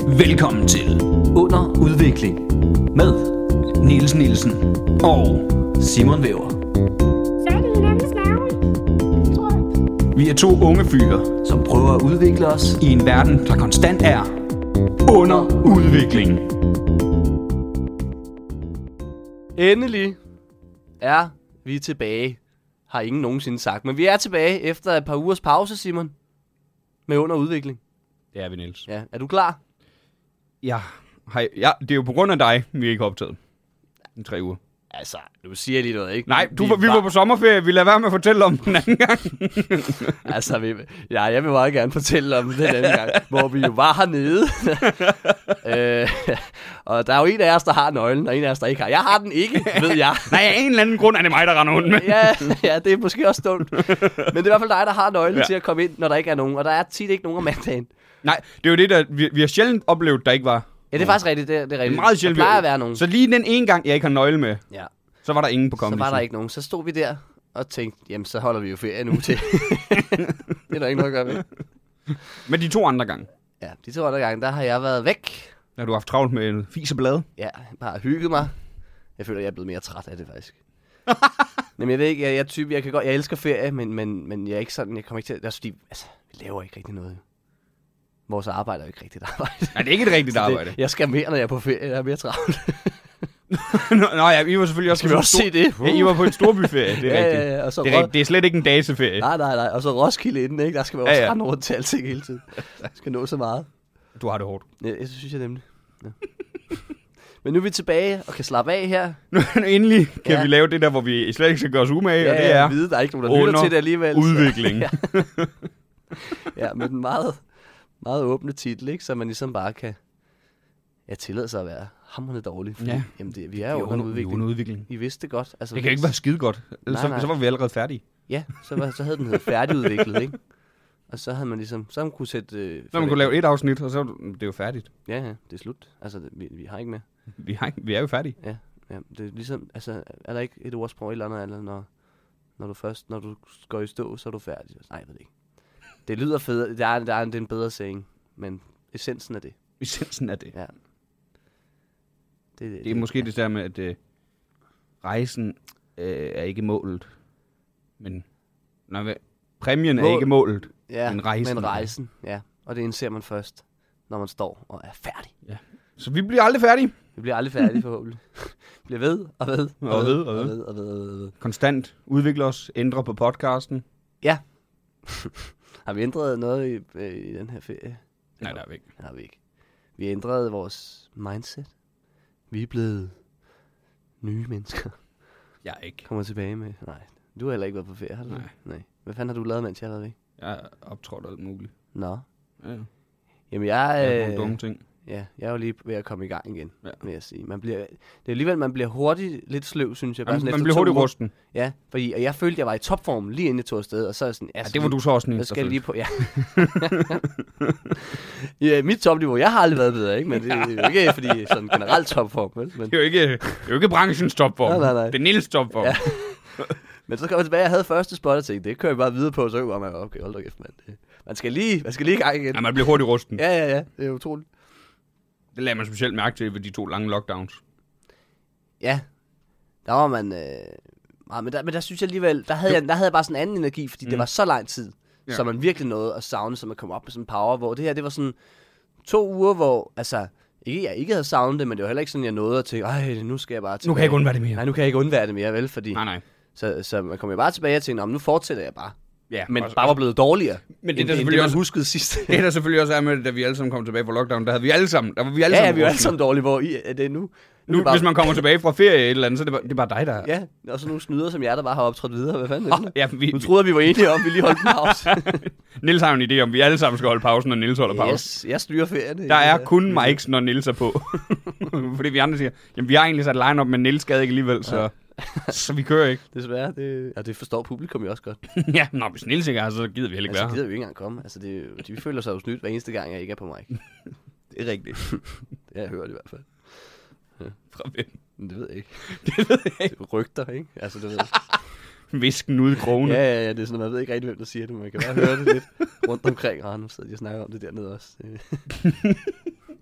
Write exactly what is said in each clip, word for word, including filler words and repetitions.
Velkommen til Under Udvikling med Niels Nielsen og Simon Væver. Så er det hinandens navn, tror jeg. Vi er to unge fyre, som prøver at udvikle os i en verden, der konstant er under udvikling. Endelig er vi tilbage, har ingen nogensinde sagt. Men vi er tilbage efter et par ugers pause, Simon, med under udvikling. Det er vi, Niels. Ja, er du klar? Ja, hej. Ja, det er jo på grund af dig, vi ikke har optaget i tre uger. Altså, du siger lige noget, ikke? Nej, du, vi, vi var på sommerferie. Vi lader være med at fortælle om den anden gang. Altså, vi, ja, jeg vil meget gerne fortælle om den anden gang, hvor vi jo var hernede. øh, og der er jo en af os, der har nøglen, og en af os, der ikke har. Jeg har den ikke, ved jeg. Nej, af en eller anden grund er det mig, der render rundt med. ja, ja, det er måske også dumt. Men det er i hvert fald dig, der har nøglen ja. til at komme ind, når der ikke er nogen. Og der er tit ikke nogen om mandagen. Nej, det er jo det, der vi, vi har sjældent oplevet, der ikke var. Ja, det er faktisk rigtigt. Det er, det er rigtigt. Meget sjældent. Der plejer at være nogen. Så lige den ene gang, jeg ikke har nøgle med, ja. så var der ingen på Comedy. Så var der ikke nogen. Så stod vi der og tænkte, jamen så holder vi jo ferie nu til. Det er der ikke noget at gøre med. Men de to andre gange. Ja, de to andre gange, der har jeg været væk. Der har du haft travlt med fis og blade. Ja, bare hygget mig. Jeg føler, jeg er blevet mere træt af det faktisk. Men jeg ved ikke, jeg, jeg er type, jeg kan godt, jeg elsker ferie, men, men, men jeg er ikke sådan, jeg kommer ikke til, det er fordi, altså, vi laver ikke rigtig noget. Vores arbejde er jo ikke rigtigt arbejde. Nej, det er ikke et rigtigt arbejde. Det, jeg skal mere, når jeg er på ferie, jeg er mere travlt. Nå, nå ja, I var selvfølgelig også... Skal vi også stor... se det? Ja, I var på en storbyferie, det er ja, rigtigt. Ja, ja, og så det, er rigtigt. Det er slet ikke en dageseferie. Nej, nej, nej. Og så Roskilde inden, ikke? Der skal vi også ja, ja. rende rundt til alting hele tiden. Der skal nå så meget. Du har det hårdt. Ja, det synes jeg nemlig. Ja. Men nu er vi tilbage og kan slappe af her. Nu endelig kan ja. vi lave det der, hvor vi slet ikke skal gøre os umage, ja, og det er... Ja, vide, der er ikke nogen, der lytter til det alligevel. Udvikling. ja. ja, med den meget, meget åbne titel, ikke? Så man ligesom bare kan ja, tillade sig at være hamrende dårlig. Fordi, ja. Jamen, det, vi er jo under udvikling. under udvikling. I vidste det godt. Altså, det kan ikke være skide godt. Nej, så, nej. så var vi allerede færdige. Ja, så, var, så havde den heddet færdigudviklet, ikke? Og så havde man ligesom, så man kunne sætte... Øh, så man kunne lave et afsnit, og så det er jo færdigt. Ja, ja, det er slut. Altså, det, vi, vi har ikke mere. Vi, har ikke, vi er jo færdige. Ja, ja, det er ligesom, altså, er der ikke et ordsprog eller andet, eller når, når du først, når du går i stå, så er du færdig. Nej, jeg ved det ikke. Det lyder federe, der er, der er en, det er en bedre saying, men essensen er det. Essensen er det. Ja. Det, det, det er det, måske ja. det der med, at øh, rejsen øh, er ikke målet, men nej, præmien Mål. er ikke målet, ja, men rejsen. men rejsen, ja. Og det indser man først, når man står og er færdig. Ja. Så vi bliver aldrig færdige. Vi bliver aldrig færdige forhåbentlig. Vi bliver ved og ved og, og, ved, og, ved. og ved og ved og ved. Konstant udvikler os, ændrer på podcasten. Ja. Har vi ændret noget i, i den her ferie? Nej, der er vi ikke. Der har vi ikke. Vi har ændret vores mindset. Vi er blevet nye mennesker. Jeg er ikke. Kommer tilbage med. Nej, du har heller ikke været på ferie, har du? Nej. Nej. Hvad fanden har du lavet, mens jeg har været væk? Jeg har optrådt alt muligt. Nå. Ja. Jamen jeg... Jeg har øh, nogle dumme ting. Ja, jeg er jo lige ved at komme i gang igen, ja. vil jeg sige. Man bliver, det er alligevel, man bliver hurtigt lidt sløv, synes jeg. Bare Jamen, man bliver hurtigt rusten. Ja, fordi og jeg følte, jeg var i topform lige inden jeg tog afsted, og så er sådan... Ja, det var du så også, Niels. Jeg skal lige på, ja. ja, mit topniveau, jeg har aldrig været bedre, ikke? Men det, det er jo ikke fordi sådan generelt topform, vel? Men... Det er jo ikke, det er jo ikke branchens topform. Nej, nej, nej. Det er Niels topform. Ja. Men så kom jeg tilbage, jeg havde første spot, og tænkte, det kører jeg bare videre på, så var man okay, hold da kæft, mand. Det, man skal lige, man skal lige i gang igen. Ja, man bliver hurtigt rusten. Ja, ja, ja, det er utroligt. Det lader man specielt mærke til ved de to lange lockdowns. Ja, der var man... Øh, meget, men, der, men der synes jeg alligevel, der havde, jeg, der havde jeg bare sådan en anden energi, fordi mm. det var så lang tid, ja. Så man virkelig nåede at savne, så man kom op med sådan en power, hvor det her, det var sådan to uger, hvor, altså, ikke jeg ikke havde savnet det, men det var heller ikke sådan, jeg nåede at tænke, ej, nu skal jeg bare tilbage. Nu kan jeg ikke undvære det mere. Nej, nu kan jeg ikke undvære det mere, vel, fordi... Nej, nej. Så, så man kom jo bare tilbage og tænkte, nu fortsætter jeg bare. Ja, men også, bare var blevet dårligere, men det, end, der end det, man huskede sidst. Det der selvfølgelig også er med, da vi alle sammen kom tilbage fra lockdown, der havde vi alle sammen, der var vi alle ja, sammen ja, vi var alle sammen dårlige, hvor I, er det nu? Nu, nu nu bare... hvis man kommer tilbage fra ferie et eller andet, så er det bare, det er bare dig, der... Ja, og så nogle snyder som jer, der bare har optrådt videre. Hvad fanden er det? Oh, ja, vi, nu troede vi var enige om, vi lige holdt en pause. Niels har jo en idé om, vi alle sammen skal holde pausen, når Niels holder pause. Yes, jeg styrer ferien. Der er kun mics, når Niels er på. Fordi vi andre siger, jamen vi har egentlig sat line-up, men Niels gad ikke alligevel, så... Ja. Så vi kører ikke. Desværre, det, ja, det forstår publikum jo også godt. Ja, når hvis Niels ikke er, så gider vi heller ikke altså, være. Så gider vi ikke engang komme. Altså, det, de, vi føler sig jo snydt hver eneste gang, jeg ikke er på mic. Det er rigtigt. Det har jeg hørt i hvert fald. Ja. Fra hvem? Men det ved jeg ikke. Det ved jeg ikke. Det rygter, ikke? Altså, det ved jeg. Visken ude i krogene. Ja, ja, ja, det er sådan, man ved ikke rigtig, hvem der siger det, men man kan bare høre det lidt rundt omkring. Og nu sidder de og snakker om det dernede også.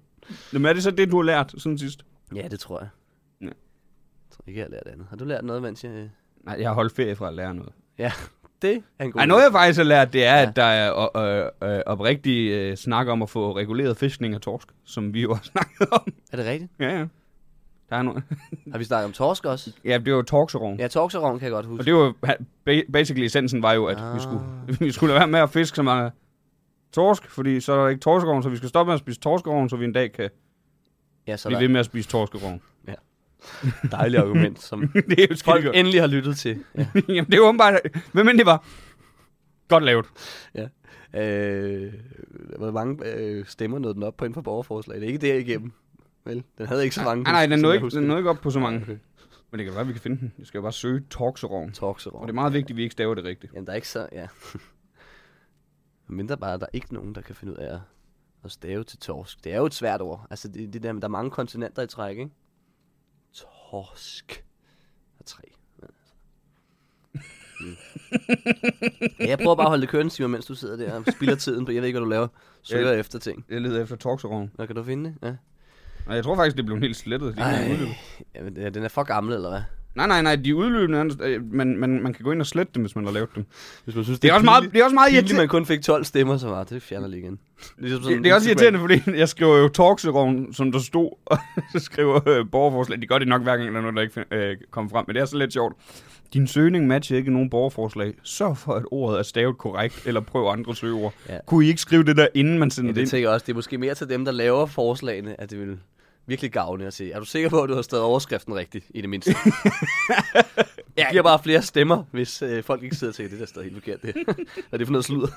Jamen er det så det, du har lært siden sidst? Ja, det tror jeg. Ja. Jeg tror ikke, jeg har lært andet. Har du lært noget, mens jeg... Nej, jeg har holdt ferie fra at lære noget. Ja, det er en god... Ej, noget jeg faktisk har lært, det er, ja. at der er øh, øh, oprigtig øh, snak om at få reguleret fiskning af torsk, som vi jo har snakket om. Er det rigtigt? Ja, ja. Der er noget. Har vi snakket om torsk også? Ja, det var jo torkseroven. Ja, torskseroven kan jeg godt huske. Og det var ba- basically essensen var jo, at ah. vi, skulle, vi skulle lade være med at fiske så meget torsk, fordi så er der ikke torskeroven, så vi skal stoppe med at spise torskeroven, så vi en dag kan ja, så blive der... ved med at spise torskeroven. Ja. Dejligt argument, som det er jo folk godt. endelig har lyttet til. Ja. Jamen, det er jo åbenbart... Hvem end det var? Godt lavet. Ja. Øh, hvor mange øh, stemmer nåede den op på inden for borgerforslag? Det er ikke det igennem. Vel, den havde ikke så mange. Nej, nej, den som nåede jeg ikke, husker. den nåede ikke op på så mange. Okay. Men det kan være, at vi kan finde den. Jeg skal jo bare søge torkseroven. Torkseroven. Og det er meget vigtigt, at vi ikke staver det rigtigt. Jamen, der er ikke så... Ja. Mindre bare, der er ikke nogen, der kan finde ud af at, at stave til torsk. Det er jo et svært ord. Altså, det, det der, der er mange konsonanter i træk, ikke? Torsk. Der er tre. Ja. Mm. Ja, jeg prøver bare at holde det kørende, Simon, mens du sidder der og spilder tiden på. Jeg ved ikke, hvad du laver. Søger Jeg- efter ting. Jeg leder efter torkseroven. Nå, kan du finde det? Ja. Og jeg tror faktisk, det blev helt slettet. De er Ej, udløbet. jamen, ja, den er for gammel, eller hvad? Nej, nej, nej, de er udløbende. øh, Man, man, man kan gå ind og slette dem, hvis man har lavet dem. Hvis man synes, Det er også meget, det er også meget irriterende, irriterende. man kun fik tolv stemmer, så var det fjerner lige igen. Ligesom Det, det er også irriterende, fordi jeg skriver jo torkseroven, som der stod, og så skriver øh, borgerforslag. De gør det nok hver gang, der er noget, der ikke find, øh, kommer frem. Men det er så lidt sjovt. Din søgning matcher ikke nogen borgerforslag. Sørg for, at ordet er stavet korrekt, eller prøv andre søgeord. Ja. Kunne I ikke skrive det der, inden man sender Ja, det det ind? tænker jeg også. Det er måske mere til dem, der laver forslagene, at det vil virkelig gavne at se. Er du sikker på, at du har stadig overskriften rigtigt, i det mindste? Det giver bare flere stemmer, hvis øh, folk ikke sidder til det, der stadig helt forkert. Det. Hvad er det for noget sludder?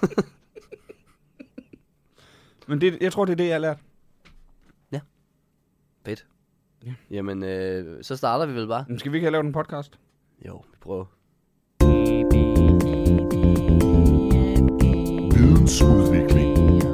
Men det, jeg tror, det er det, jeg har lært. Fedt. Ja. Jamen, øh, så starter vi vel bare. Men skal vi ikke have lavet en podcast? Jo, vi prøver. Vidensudvikling.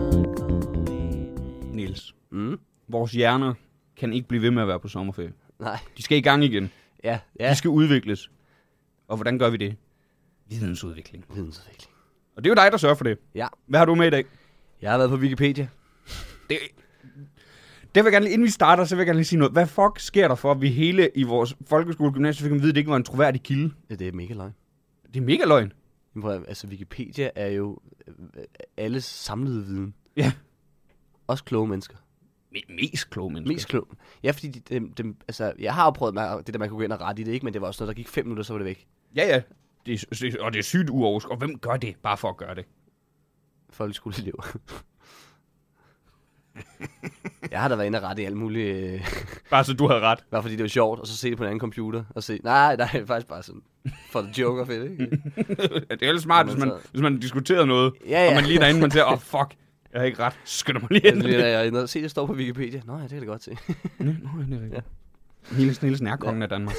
Niels, Mm? vores hjerner kan ikke blive ved med at være på sommerferie. Nej. De skal i gang igen. Ja, Ja. ja. De skal udvikles. Og hvordan gør vi det? Vidensudvikling. Vidensudvikling. Og det er jo dig, der sørger for det. Ja. Hvad har du med i dag? Jeg har været på Wikipedia. Det, det vil jeg gerne, inden vi starter, så vil jeg gerne lige sige noget. Hvad fuck sker der for, at vi hele i vores folkeskole gymnasium fik at vide, at det ikke var en troværdig kilde? Ja, det er mega løgn. Det er mega løgn. Jamen, prøv at- Altså, Wikipedia er jo øh, alles samlede viden. Ja. Også kloge mennesker. Mest kloge mennesker. Mest kloge. Ja, fordi de, dem, dem, altså, jeg har jo prøvet med, det der, man kunne gå ind og rette i det, ikke? Men det var også noget, der gik fem minutter, så var det væk. Ja, ja. Det er, det, og det er sygt uoverskueligt. Og hvem gør det bare for at gøre det? Folkeskoleelever. Jeg har da været inde og rette i alle mulige... Øh, Bare så du havde ret. bare fordi det var sjovt, og så se det på en anden computer, og se... Nej, nej, faktisk bare sådan... For the joke of it, ikke? Det er jo smart, hvis man, hvis man diskuterer noget, Ja, ja. og man lige derinde, man siger, åh, oh, fuck, jeg har ikke ret. Skynder mig lige Altså, ind. lige der, jeg er inde og se, det står på Wikipedia. Nå ja, det kan jeg godt se. Nå, det er rigtigt. Ja. Niels Nielsen er kongen af Danmark.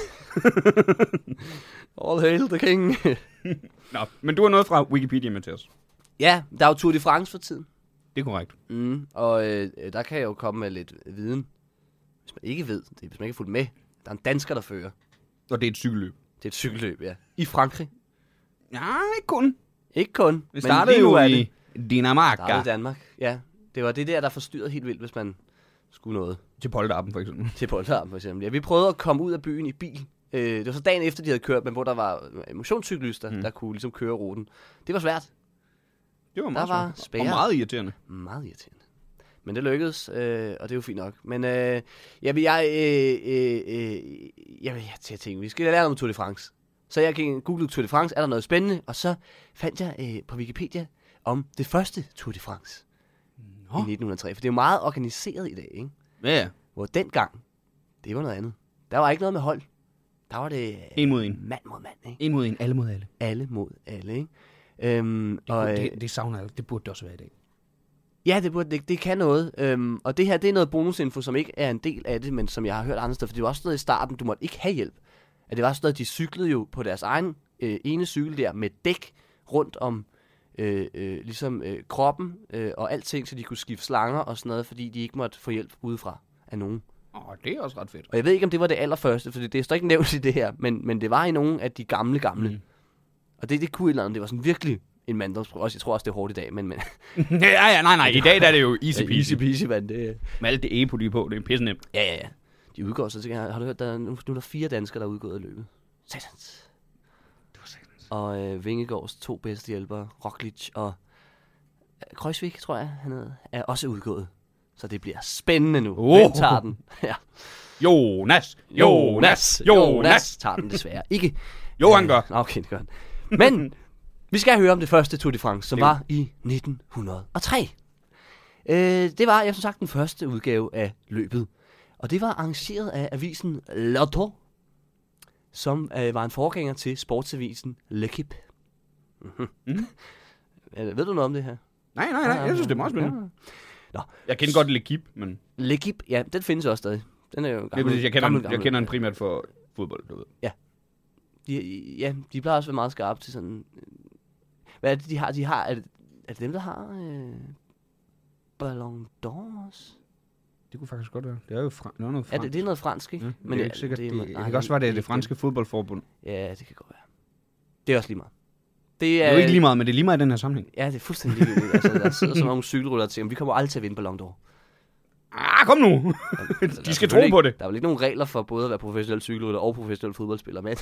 All hail the king. Nå, men du har noget fra Wikipedia med til os. Ja, der er jo Tour de France for tiden. Det er korrekt. Mm, og øh, der kan jeg jo komme med lidt viden. Hvis man ikke ved, det er, hvis man ikke er fulgt med. Der er en dansker, der fører. Og det er et cykelløb. Det er et cykelløb, ja. I Frankrig. Ja, ikke kun. Ikke kun, Vi startede lige nu jo er i det. Dinamarca. Startede i Danmark, ja. Det var det der, der forstyrrede helt vildt, hvis man skulle noget. Til Polterappen, for eksempel. Til Polterappen, for eksempel. Ja, vi prøvede at komme ud af byen i bil. Øh, det var så dagen efter, de havde kørt, men hvor der var motionscyklister, mm. der kunne ligesom køre ruten. Det var svært. Det var meget Der var svært. Og spærre. meget irriterende. Meget irriterende. Men det lykkedes, øh, og det er jo fint nok. Men øh, jeg vil, jeg, øh, øh, øh, jeg vil, jeg til at tænke, vi skal lære noget om Tour de France. Så jeg gik googlede Tour de France, er der noget spændende? Og så fandt jeg øh, på Wikipedia om det første Tour de France Nå. i nitten hundrede og tre. For det er jo meget organiseret i dag, ikke? Ja, ja. Hvor dengang, det var noget andet. Der var ikke noget med hold. Der var det øh, En mod en. mand mod mand, ikke? En mod en, alle mod alle. Alle mod alle, ikke? Øhm, Det, og, øh, det, det savner jeg. Det burde det også være i dag. Ja, det, burde, det, det kan noget. Øhm, og det her, det er noget bonusinfo, som ikke er en del af det, men som jeg har hørt andre steder. For det var også noget i starten, du måtte ikke have hjælp. At det var sådan noget, de cyklede jo på deres egen øh, ene cykel der, med dæk rundt om øh, øh, ligesom øh, kroppen øh, og alting, så de kunne skifte slanger og sådan noget, fordi de ikke måtte få hjælp udefra af nogen. Åh, det er også ret fedt. Og jeg ved ikke, om det var det allerførste, for det, det er ikke nævnt i det her, men, men det var i nogle af de gamle, gamle. Mm. Og det, det kunne et eller andet, det var sådan virkelig en manddomsprøve. Også, jeg tror også, det er hårdt i dag, men... men ja, ja, nej, nej. I dag der er det jo easy ja, peasy. easy peasy, mand. Det... Med alt det epo, de er på, det er pisse nemt. Ja, ja, ja. De udgår så, har, har du hørt, der er, nu, nu er der fire danskere, der er udgået i løbet. Satans. Det var satans. Og øh, Vingegaards to bedste hjælpere, Roglic og øh, Kreuzvik, tror jeg, han er, er også udgået. Så det bliver spændende nu. Oh. Hvem tager den? Ja. Jonas, Jonas, Jonas. tager den desværre ikke. Jo, han gør. Nå, okay, det gør han. Men vi skal høre om det første Tour de France, som Det- var i nitten hundrede og tre. Øh, det var, jeg som sagt, den første udgave af løbet. Og det var arrangeret af avisen Lotto, som øh, var en forgænger til sportsavisen L'Equipe. Mm-hmm. Mm. Øh, ved du noget om det her? Nej, nej, nej. Jeg synes, det er meget spændende. Ja. Jeg kender godt L'Equipe, men L'Equipe, ja, den findes også stadig. Den er jo det er, gammel, fordi, jeg, kender, gammel, den, jeg gammel. kender den primært for fodbold, du ved. De, ja, de plejer også at være meget skarpe til sådan... Hvad er det, de har? De har er, det, er det dem, der har øh, Ballon d'Or også? Det kunne faktisk godt være. Det er jo fra, noget, noget Er fransk. det, det er noget fransk, ikke? Ja, men det er ikke sikkert. Det, det, nej, det kan også være, det er det ikke franske fodboldforbund. Ja, det kan godt være. Det er også lige meget. Det Det er, er jo ikke lige meget, men det er lige meget i den her sammenhæng. Ja, det er fuldstændig ligegyldigt. Altså, der sidder sådan nogle cykelrytter og tænker, vi kommer aldrig til at vinde Ballon d'Or. Ah, kom nu! Altså, De skal tro på det. Der er vel ikke nogen regler for både at være professionel cykelrytter og professionel fodboldspiller, men...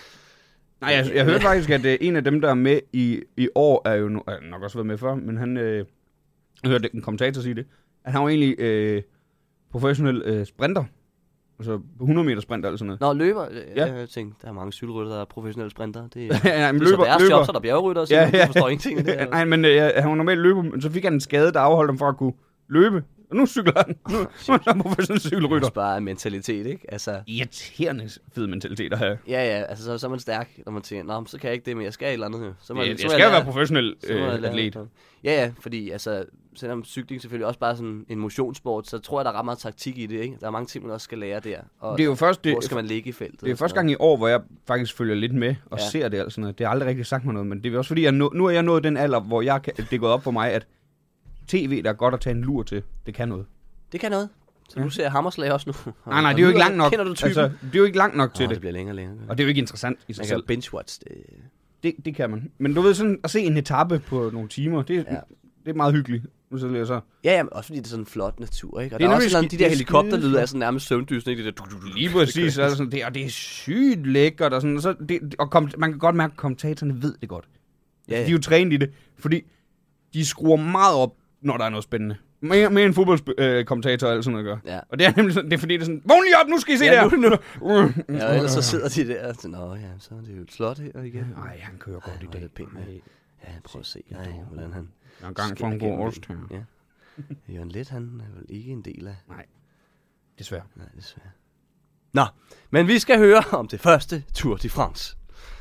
Nej, jeg, jeg hørte faktisk, at uh, en af dem, der er med i, i år, er jo no, er nok også været med før, men han, øh, jeg hørte en kommentator sige det, at han var egentlig øh, professionel øh, sprinter. Altså hundrede meter sprinter eller sådan noget. Nå, løber. Ja. Ja. Jeg tænkte, der er mange cykelrytter, der er professionelle sprinter. Det, ja, men det er løber, så deres løber. job, så er der bjergrytter, så Ja, ja, ja. ja. forstår ingenting af det her. Nej, men øh, han var normalt løber, men så fik han en skade, der afholdt ham fra at kunne løbe. Og nu cykler han. Nu, nu er han professionel Det cykelrytter. er bare mentalitet, ikke? Altså, Irriterende fed mentalitet at have. ja, ja, altså så, så er man stærk, når man tænker, nå, så kan jeg ikke det, men jeg skal et eller andet her. Så må Jeg, så jeg må skal jo lære- være professionel så må jeg øh, lære- atlet. Ja, ja, fordi altså, selvom cykling selvfølgelig også bare er sådan en motionssport, så tror jeg, der er ret meget taktik i det, ikke? Der er mange ting, man også skal lære der. Og Det er jo først, det, hvor skal man ligge i feltet? det er og første sådan gang i år, hvor jeg faktisk følger lidt med og Ja. ser det. Altså noget. Det har aldrig rigtig sagt mig noget, men det er også fordi, jeg nå, nu er jeg nået den alder, hvor jeg kan, det er gået op for mig, at tv, der er godt at tage en lur til, det kan noget. noget. Det kan noget. Så Ja. nu ser jeg Hammerslag også nu. Nej, nej, Og det er jo nu ikke langt nok. Kender du typen? Altså, det er jo ikke langt nok til Åh, det. det bliver længere og længere. Og det er jo ikke interessant i sig Man selv. kan binge-watch det. Det, det kan man. Men du ved, sådan at se en etape på nogle timer, det, Ja. det er meget hyggeligt. Nu så jeg så. Ja, ja, men også fordi det er sådan en flot natur, ikke? Og Det er der er også nemlig sådan, ski- de det der er helikopterlyde skideflot. er sådan nærmest søvndysende, ikke? Det der... du- du- du- Lige præcis, og, sådan, det, og det er sygt lækkert, og, sådan, og, så det, og kom, man kan godt mærke, at kommentatorerne ved det godt. Ja, Ja, ja. de er jo trænet i det, fordi de skruer meget op, når der er noget spændende. Mere, mere en fodboldkommentator og alt sådan noget gør. Ja. Og det er nemlig sådan, det er fordi, det er sådan, vågn lige op, nu skal I se Ja, der! nu- Uh, Ja, og ellers så sidder de der og sådan, nå ja, så er det jo et slot her igen. Nej, han kører godt i hvor er dag. det pænt, ja. Ja, prøv at se, nej, hvordan han... Jeg er en gang for skinner en god gennem årsdag. det. Ja. Jørgen Let, han er vel ikke en del af... Desværre. Nej, desværre. Nå, men vi skal høre om det første Tour de France.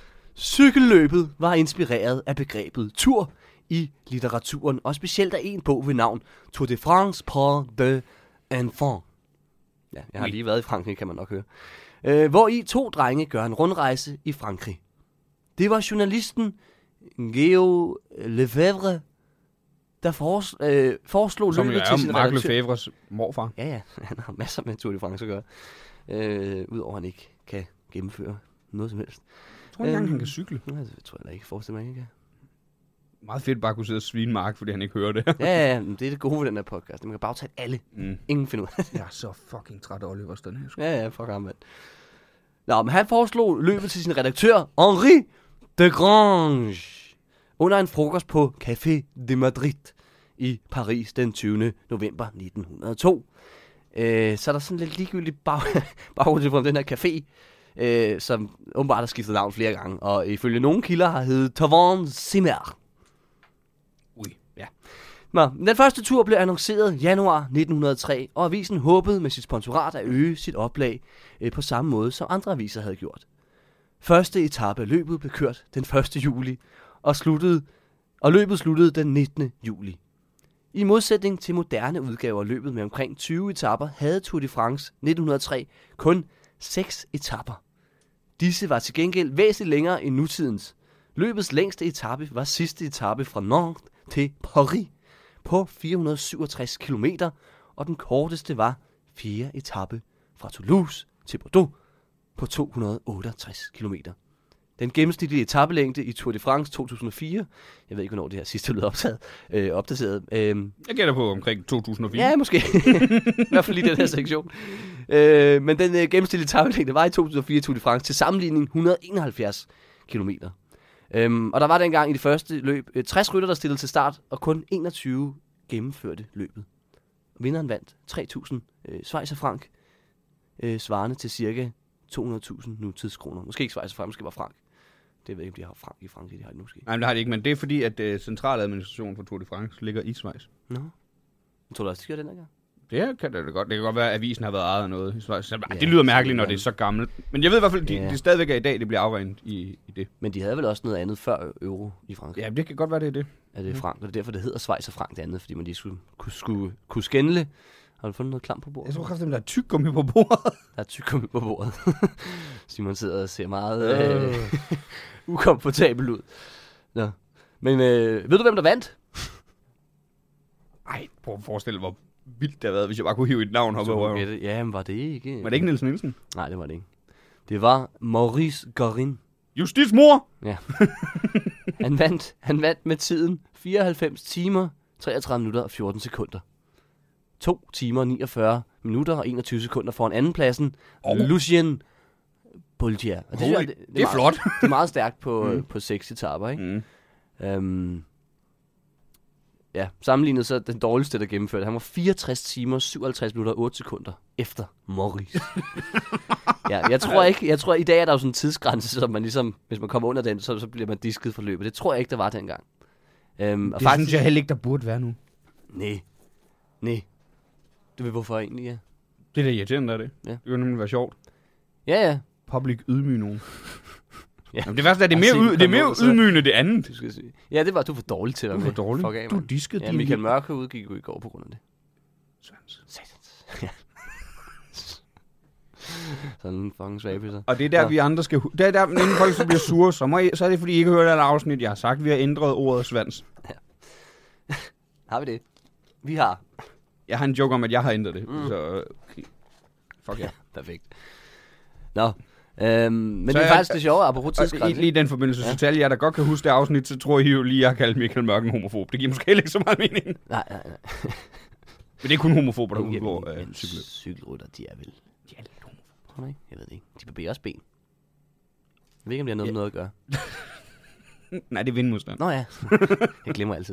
Cykelløbet var inspireret af begrebet tour i litteraturen, og specielt af en bog ved navn Tour de France pour des enfants. Ja, jeg har Oui. lige været i Frankrig, kan man nok høre. Øh, hvor i to drenge gør en rundrejse i Frankrig. Det var journalisten Geo Lefebvre, der fores, øh, foreslog Som jo løbet til er sin Mark redaktør. Lefebvres morfar. Ja, ja. Han har masser med Tour de France at gøre. Øh, Udover at han ikke kan gennemføre noget som helst. Jeg tror ikke engang, Øhm. han kan cykle. Nej, det tror jeg da ikke. Forestiller mig ikke. Meget fedt bare at kunne sidde og svine Mark, fordi han ikke hører det. Ja, ja, ja. Men det er det gode ved den her podcast. Man kan bare tage alle. Mm. Ingen finder ud af det. Jeg er så fucking træt af Oliver Stone. Ja, ja, fuck ham, mand. Nå, men han foreslog løbet til sin redaktør, Henri de Grange, under en frokost på Café de Madrid i Paris den tyvende november nitten hundrede og to. Øh, så er der sådan lidt ligegyldigt bag, baggrund om den her café, øh, som åbenbart har skiftet navn flere gange, og ifølge nogle kilder har heddet Taverns Simmer. Ui, ja. Nå, den første tur blev annonceret januar nitten hundrede og tre, og avisen håbede med sit sponsorat at øge sit oplag øh, på samme måde, som andre aviser havde gjort. Første etape af løbet blev kørt den første juli, og, sluttede, og løbet sluttede den nittende juli. I modsætning til moderne udgaver af løbet med omkring tyve etaper, havde Tour de France nitten hundrede og tre kun seks etaper. Disse var til gengæld væsentligt længere end nutidens. Løbets længste etape var sidste etape fra Nantes til Paris på fire hundrede og syvogtres kilometer, og den korteste var fjerde etape fra Toulouse til Bordeaux på to hundrede og otteogtres kilometer. Den gennemsnitlige etapelængde i Tour de France to tusind og fire. Jeg ved ikke, hvornår det her sidste blev optaget, øh, opdateret. Øh, Jeg gætter på omkring to tusind og fire. ja, måske. I hvert fald lige den her sektion. Øh, men den øh, gennemsnitlige etapelængde var i to tusind og fire Tour de France til sammenligning et hundrede og enoghalvfjerds kilometer. Øhm, og der var dengang i det første løb øh, tres rytter, der stillede til start, og kun enogtyve gennemførte løbet. Vinderen vandt tre tusind øh, schweizerfranc, øh, svarende til cirka to hundrede tusind nutidskroner. Måske ikke schweizerfranc, måske bare franc. Det ved jeg ikke, om de har franc i Frankrig, de har det måske. Nej, men det har de ikke, men det er fordi, at uh, centraladministrationen for Tour de France ligger i Schweiz. Nå. Jeg tror du også, de gør den her gang? Det kan det da godt. Det kan godt være, at avisen har været ejet af noget i Schweiz. Så, Ja, det lyder mærkeligt, når ja. det er så gammelt. Men jeg ved i hvert fald, at de, Ja. de stadigvæk er i dag, det bliver afregnet i, i det. Men de havde vel også noget andet før euro i Frankrig. Ja, det kan godt være, det er det. Er det frank, og det er derfor, det hedder Schweizerfranc det andet, fordi man lige skulle, kunne, skulle, kunne skænle. Har du fundet noget klam på bordet? Jeg tror kraftigt, der er tyggegummi på bordet. Der er tyggegummi på bordet. Simon sidder og ser meget øh, ukomfortabel ud. Nå. Men øh, ved du, hvem der vandt? Ej, prøv at forestille hvor vildt det har været, hvis jeg bare kunne hive et navn op over. Det. Ja, men var det ikke? Var det ikke Niels Nielsen? Nej, det var det ikke. Det var Maurice Garin. Justitsmor! Ja. Han vandt, han vandt med tiden fireoghalvfems timer, treogtredive minutter og fjorten sekunder. to timer, niogfyrre minutter og enogtyve sekunder foran andenpladsen. Oh. Lucien Bolgier. Og Holy, synes jeg, det er meget, flot. Det er meget stærkt på, Mm. mm. på seks etaper, ikke? Mm. Øhm, ja, sammenlignet så den dårligste, der gennemførte. Han var fireogtres timer, syvoghalvtreds minutter og otte sekunder efter Maurice. Ja, jeg tror ikke, jeg tror i dag er der jo sådan en tidsgrænse, så man ligesom, hvis man kommer under den, så, så bliver man disket for løbet. Det tror jeg ikke, der var dengang. Øhm, og Det faktisk, synes jeg heller ikke, der burde være nu. Nej, nej. Du ved hvorfor egentlig, ja? Det er da irriterende, der er det. Ja. Det kunne nemlig være sjovt. Ja, ja. Public ydmyge nogen. Ja. Jamen, det værste er, det er Og mere, se, ud, det er kom mere ud, så- ydmygende det andet. Du skal sige. Ja, det var du for dårlig til at Du være er med. for dårlig. Fuck af, Du mand. diskede Ja, din... Michael Mørke udgik jo i går på grund af det. Svans. Satans. Ja. Sådan en fucking svagpidser. Og det er der, Nå. vi andre skal... hu- Det er der, inden folk så bliver sure, så, må I, så er det, fordi I ikke hører det afsnit, jeg har sagt. Vi har ændret ordet svans. Har vi det? Vi har. Jeg har en joke om, at jeg har ændret det. Mm. Så okay. Fuck ja. Ja, perfekt. Nå. Øhm, men Så det er jeg- faktisk det sjove, apropos Og i, tidsgrænse. lige i den forbindelse, Ja. så til alle jer, der godt kan huske det afsnit, så tror I jo lige, jeg har kaldt Michael Mørk en homofob. Det giver måske heller ikke så meget mening. Nej, nej, nej. Men det er kun homofober, der Jamen, udgår men øh, cykler. cykelrytter, de er vel... De er lidt homofober. Tror du ikke? Jeg ved det ikke. De barberer også ben. Jeg ved ikke, om det har noget Ja. med noget at gøre. Nej, det er vindmodstand. Nå ja. Jeg glemmer altid.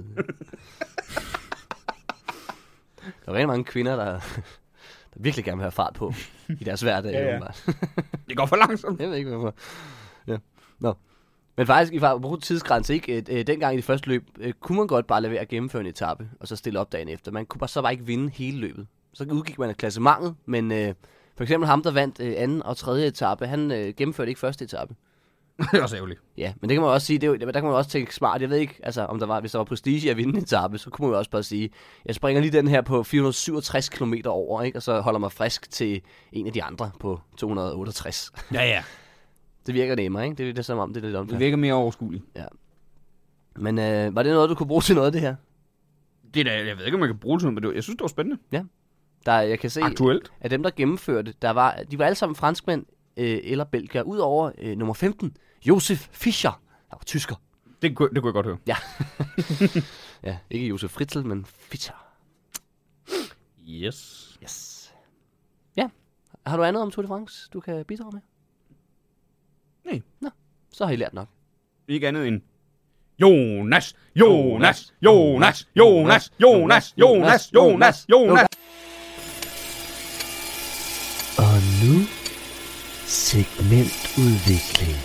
Der er rigtig mange kvinder, der, der virkelig gerne vil have fart på i deres hverdag. Ja, ja. åbenbart. Det går for langsomt. Jeg ved ikke, hvorfor. Ja. Nå. Men faktisk, i forhold til tidsgrænse, ikke? Øh, øh, dengang i det første løb, øh, kunne man godt bare lade være at gennemføre en etape, og så stille op dagen efter. Man kunne bare, så bare ikke vinde hele løbet. Så udgik man af klassementet, men øh, for eksempel ham, der vandt øh, anden og tredje etape, han øh, gennemførte ikke første etape. Det er også ærgerligt. Ja, men det kan man også sige, det er jo, der kan man også tænke smart. Jeg ved ikke, altså, om der var, hvis der var prestige at vinde en etape, så kunne man jo også bare sige, jeg springer lige den her på fire hundrede syvogtres kilometer over, ikke? Og så holder mig frisk til en af de andre på to hundrede otteogtres. Ja, ja. Det virker nemmere, ikke? Det er det som om, det er lidt Det omkring. virker mere overskueligt. Men øh, var det noget, du kunne bruge til noget af det her? Det er da, jeg ved ikke, om man kan bruge det til noget, men det var, jeg synes, det var spændende. Der, jeg kan se, Aktuelt. at dem, der gennemførte, der var, de var alle sammen franskmænd øh, eller belgier, udover øh, nummer femten, Josef Fischer, der var tysker. Det, kunne- det kunne jeg godt høre. Ja, ikke Josef Fritzl, men Fischer. Yes. Yes. Ja. Har du andet om Tour de France, du kan bidrage med? Nej. Nå, så har I lært nok. Ikke andet end Jonas, Jonas, Jonas, Jonas, Jonas, Jonas, Jonas, Jonas. Og nu segmentudvikling.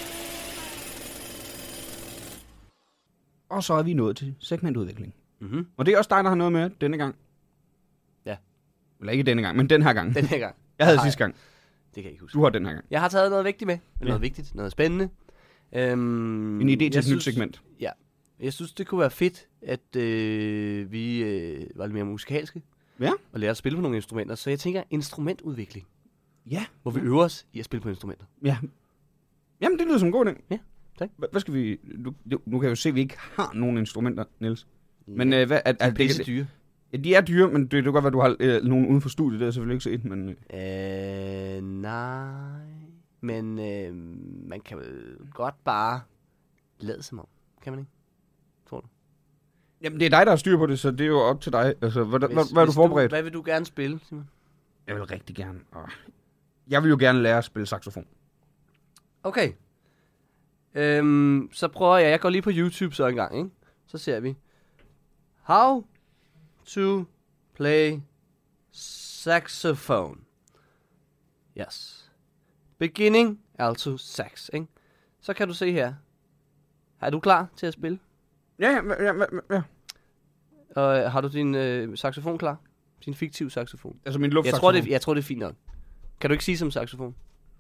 Og så er vi nået til segmentudvikling. Mhm. Og det er også dig, der har noget med denne gang. Ja. Eller ikke denne gang, men den her gang. Den her gang. Jeg havde har sidste gang. Det kan jeg ikke huske. Du har den her gang. Jeg har taget noget vigtigt med. Ja. Noget vigtigt, noget spændende. Øhm, En idé til jeg et nyt synes- segment. Jeg synes, det kunne være fedt, at øh, vi øh, var lidt mere musikalske. Ja. Og lærte at spille på nogle instrumenter. Så jeg tænker instrumentudvikling, Ja. hvor vi øver os i at spille på instrumenter. Ja. Jamen, det lyder som en god idé. Ja, tak. Hva- Hvad skal vi... Du, du, nu kan jeg jo se, at vi ikke har nogen instrumenter, Niels. Men øh, hvad... Er, de er, er det, pisse det, dyre. ja, de er dyre, men det, det kan godt være, at du har øh, nogen uden for studiet. Det er selvfølgelig ikke set, men... Øh. Øh, nej. Men øh, man kan vel godt bare lade som om. Kan man ikke? Tror du? Jamen, det er dig, der har styr på det, så det er jo op til dig. Altså, hvad, Hvis, hvad, hvad er du forberedt? Du, hvad vil du gerne spille, Simon? Jeg vil rigtig gerne. Åh. Jeg vil jo gerne lære at spille saxofon. Okay. Øhm, så prøver jeg. Jeg går lige på YouTube så en gang, ikke? Så ser vi. How to play saxophone. Yes. Beginning alto sax, ikke? Så kan du se her. Er du klar til at spille? Ja, ja, ja, ja, ja. Og øh, har du din øh, saxofon klar? Din fiktive saxofon? Altså min Jeg luftsaxofon. tror, det, jeg tror, det er fint nok. Kan du ikke sige som saxofon?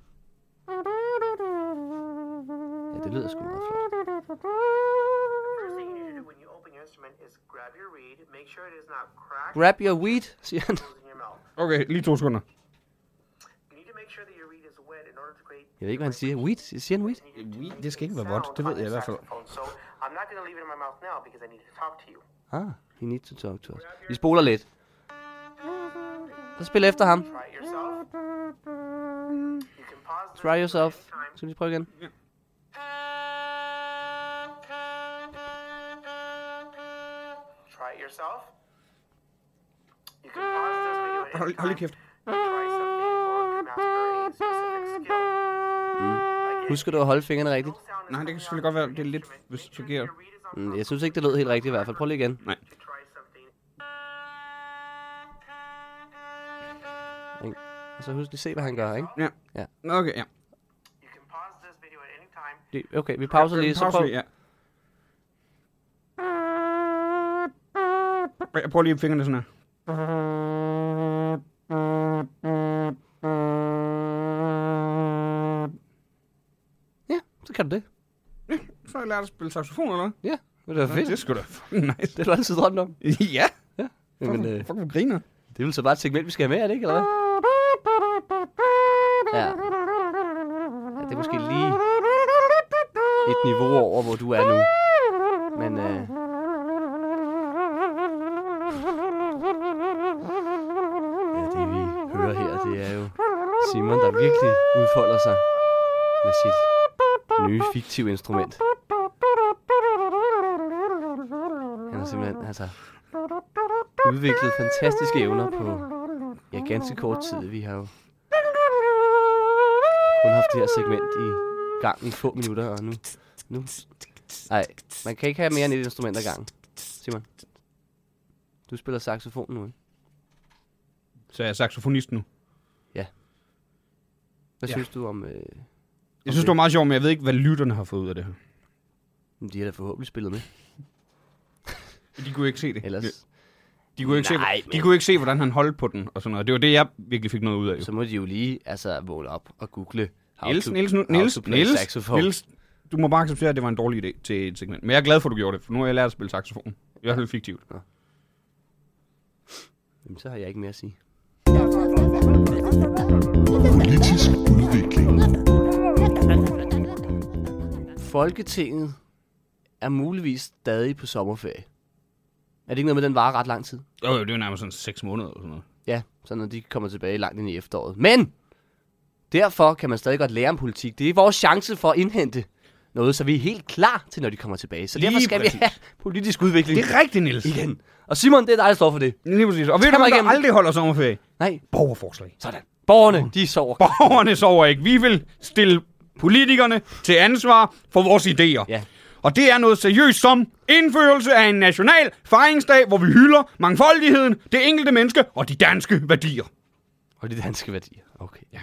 Ja, det lyder sgu meget flot. Grab your weed, siger han. Okay, lige to sekunder. Jeg ved ikke, hvad han siger. Weed? Siger han weed? Det skal ikke være vådt, det ved jeg i hvert fald. Ah, he needs to talk to us. Vi spoler lidt. Så spil efter ham. Try yourself. Skal vi lige prøve igen? Try it yourself. You can pause this video at any Hold, hold lige kæft. time. Try something or master a specific skill. Husker du at holde fingrene rigtigt? Nej, det kan selvfølgelig godt være, det er lidt forkert. Mm, jeg synes ikke, det lød helt rigtigt i hvert fald. Prøv lige igen. Nej. Ikke? Og så husk lige se, hvad han gør, ikke? Ja. Ja. Okay, ja. You can pause this video at any time. Det- Okay, vi pauser lige, så Pause prøv. lige, ja. Jeg prøver lige fingrene sådan her. Ja, så kan du det. Så har jeg lært at spille saxofon, eller hvad? Ja, det er fedt. Det er sgu da fucking nice. Det har du altid drømt om. Ja. Ja. Jamen, øh, Fuck, hvor griner. det er vel så bare et segment, vi skal have med, er det ikke, eller hvad? Ja. Ja, det er måske lige et niveau over, hvor du er nu. Men øh, ja, det vi hører her, det er jo Simon, der virkelig udfolder sig med sit nye fiktive instrument. Han har simpelthen altså udviklet fantastiske evner på ja, ganske kort tid. Vi har jo kun haft det her segment i gang i få minutter, og nu... nu nej, man kan ikke have mere end et instrument ad gangen. Simon, du spiller saxofon nu, ikke? Så jeg er saxofonist nu. Hvad Ja. synes du om... Øh, Jeg synes, det var meget sjovt, men jeg ved ikke, hvad lytterne har fået ud af det her. de har da forhåbentlig spillet med. De kunne ikke se det. Ellers De kunne ikke, Nej, se, de men- kunne ikke se, hvordan han holdt på den og sådan noget. Det var det, jeg virkelig fik noget ud af. Jo. så må de jo lige altså vågne op og google how Niels, to, Niels, nu, how Niels, to play Niels, saxophone. Niels, du må bare acceptere, at det var en dårlig idé til et segment. Men jeg er glad for, at du gjorde det, for nu har jeg lært at spille saxofon. I hvert fald fiktivt. Jamen, så har jeg ikke mere at sige. Politisk udvikling. Folketinget er muligvis stadig på sommerferie. Er det ikke noget med, den varer ret lang tid? Jo, jo, det er jo nærmest sådan seks måneder eller sådan noget. Ja, så når de kommer tilbage langt ind i efteråret. Men derfor kan man stadig godt lære om politik. Det er vores chance for at indhente noget, så vi er helt klar til, når de kommer tilbage. Så Lige derfor skal præcis. vi have politisk udvikling Det er rigtigt, Niels. igen. Og Simon, det er dig, der står for det. Lige præcis. Og ved Tag du, mig hvem der igennem. aldrig holder sommerferie? Nej, Borgerforslag. sådan. Borgerne, de sover. Borgerne sover ikke. Vi vil stille politikerne til ansvar for vores idéer. Ja. Og det er noget seriøst som indførelse af en national fejringsdag, hvor vi hylder mangfoldigheden, det enkelte menneske og de danske værdier. Og de danske værdier. Okay. Ja.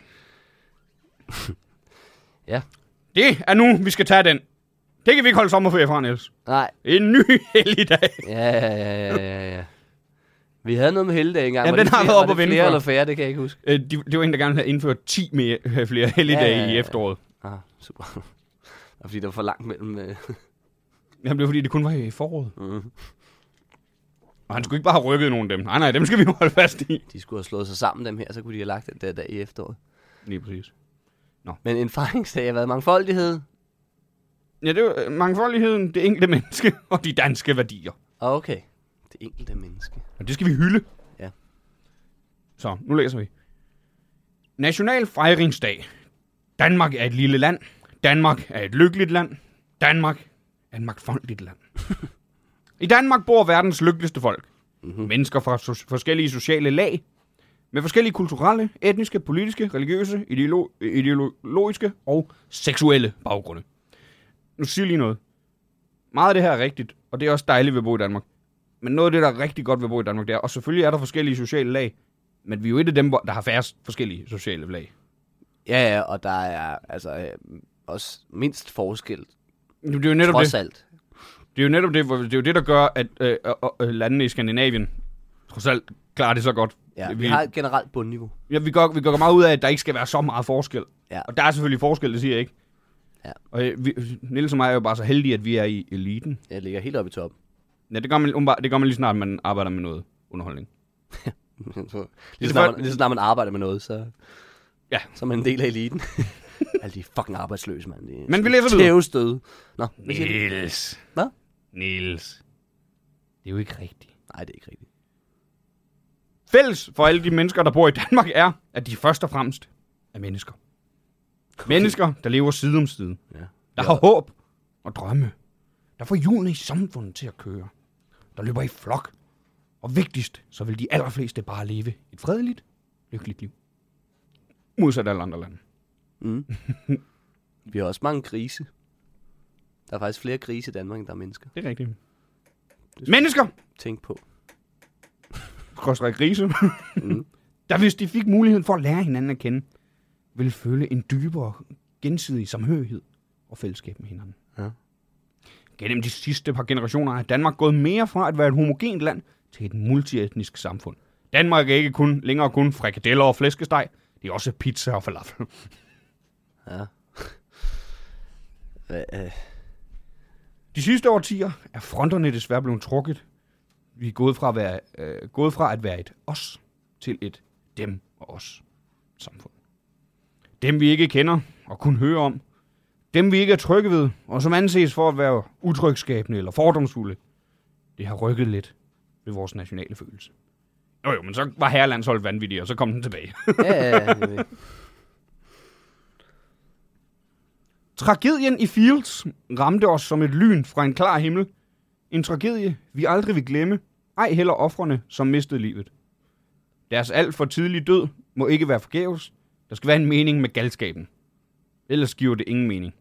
Ja. Det er nu, vi skal tage den. Det kan vi ikke holde sommerferie fra, Niels. Nej. En ny helligdag. Ja, ja, ja, ja, ja. Vi havde noget med helligdag engang. Jamen, Var den det har flere- været var op det at vinde flere for. eller færre, det kan jeg ikke huske. Øh, de, det var en, der gerne havde indført ti mere, øh, flere helligdage Ja, ja, ja, i ja. efteråret. Ah, super. Og fordi der var for langt mellem... Øh, Jamen, det var fordi, det kun var i foråret. mm. Og han skulle ikke bare have rykket nogen af dem. Nej, nej, dem skal vi holde fast i. De skulle have slået sig sammen, dem her, så kunne de have lagt den der dag i efteråret. Lige præcis. Men en fejringsdag har været mangfoldighed. Ja, det var mangfoldigheden, det enkelte menneske og de danske værdier. Okay. Det enkelte menneske. Og det skal vi hylde. Ja. Så, nu læser vi. National fejringsdag. Danmark er et lille land. Danmark er et lykkeligt land. Danmark er et magtfoldigt land. I Danmark bor verdens lykkeligste folk. Mm-hmm. Mennesker fra so- forskellige sociale lag. Med forskellige kulturelle, etniske, politiske, religiøse, ideolo- ideologiske og seksuelle baggrunde. Nu siger jeg lige noget. Meget af det her er rigtigt, og det er også dejligt ved at bo i Danmark. Men noget af det, der er rigtig godt ved at bo i Danmark, det er, og selvfølgelig er der forskellige sociale lag, men vi er jo et af dem, der har færrest forskellige sociale lag. Ja, ja, og der er altså øh, også mindst forskel. Det er jo netop Trods det. alt. Det er jo netop det, det er jo det, der gør, at øh, øh, landene i Skandinavien trods alt klarer det så godt. Ja, vi, vi har et generelt bundniveau. Ja, vi går, vi går meget ud af, at der ikke skal være så meget forskel. Ja. Og der er selvfølgelig forskel, det siger jeg ikke. Ja. Og øh, vi, Niels og mig er jo bare så heldige, at vi er i eliten. Jeg ligger helt oppe i toppen. Ja, det gør man, umiddelbart- det gør man lige snart, man arbejder med noget underholdning. lige, så snart man, lige så snart man arbejder med noget, så, Ja. så er man en del af eliten. Alle de fucking arbejdsløse, mand. De Men vi læser videre. Tævestøde. Nå, hvad siger du? Niels. Hvad? Niels. Det er jo ikke rigtigt. Nej, det er ikke rigtigt. Fælles for alle de mennesker, der bor i Danmark, er, at de først og fremmest er mennesker. Mennesker, der lever side om side. Ja. Der har håb og drømme. Der får hjulene i samfundet til at køre. Der løber i flok. Og vigtigst, så vil de allerfleste bare leve et fredeligt, lykkeligt liv. Modsat alle andre lande. Mm. Vi har også mange grise. Der er faktisk flere grise i Danmark, end der er mennesker. Det er rigtigt. Mennesker! Tænk på. Skråstreg grise. Mm. Der hvis de fik muligheden for at lære hinanden at kende, ville føle en dybere gensidig samhørighed og fællesskab med hinanden. Ja. Gennem de sidste par generationer er Danmark gået mere fra at være et homogent land til et multietnisk samfund. Danmark er ikke kun længere kun frikadeller og flæskesteg, det er også pizza og falafel. Ja. Hva, øh. De sidste årtier er fronterne desværre blevet trukket. Vi er gået fra at være, øh, gået fra at være et os til et dem og os samfund. Dem vi ikke kender og kun hører om. Dem vi ikke er trygge ved, og som anses for at være utrygskabende eller fordomsfulde. Det har rykket lidt ved vores nationale følelse. Jo jo, men så var herrelandsholdet vanvittigt, og så kom den tilbage. Ja, ja, ja. Tragedien i Fields ramte os som et lyn fra en klar himmel. En tragedie, vi aldrig vil glemme. Ej heller ofrene, som mistede livet. Deres alt for tidlige død må ikke være forgæves. Der skal være en mening med galskaben. Ellers giver det ingen mening.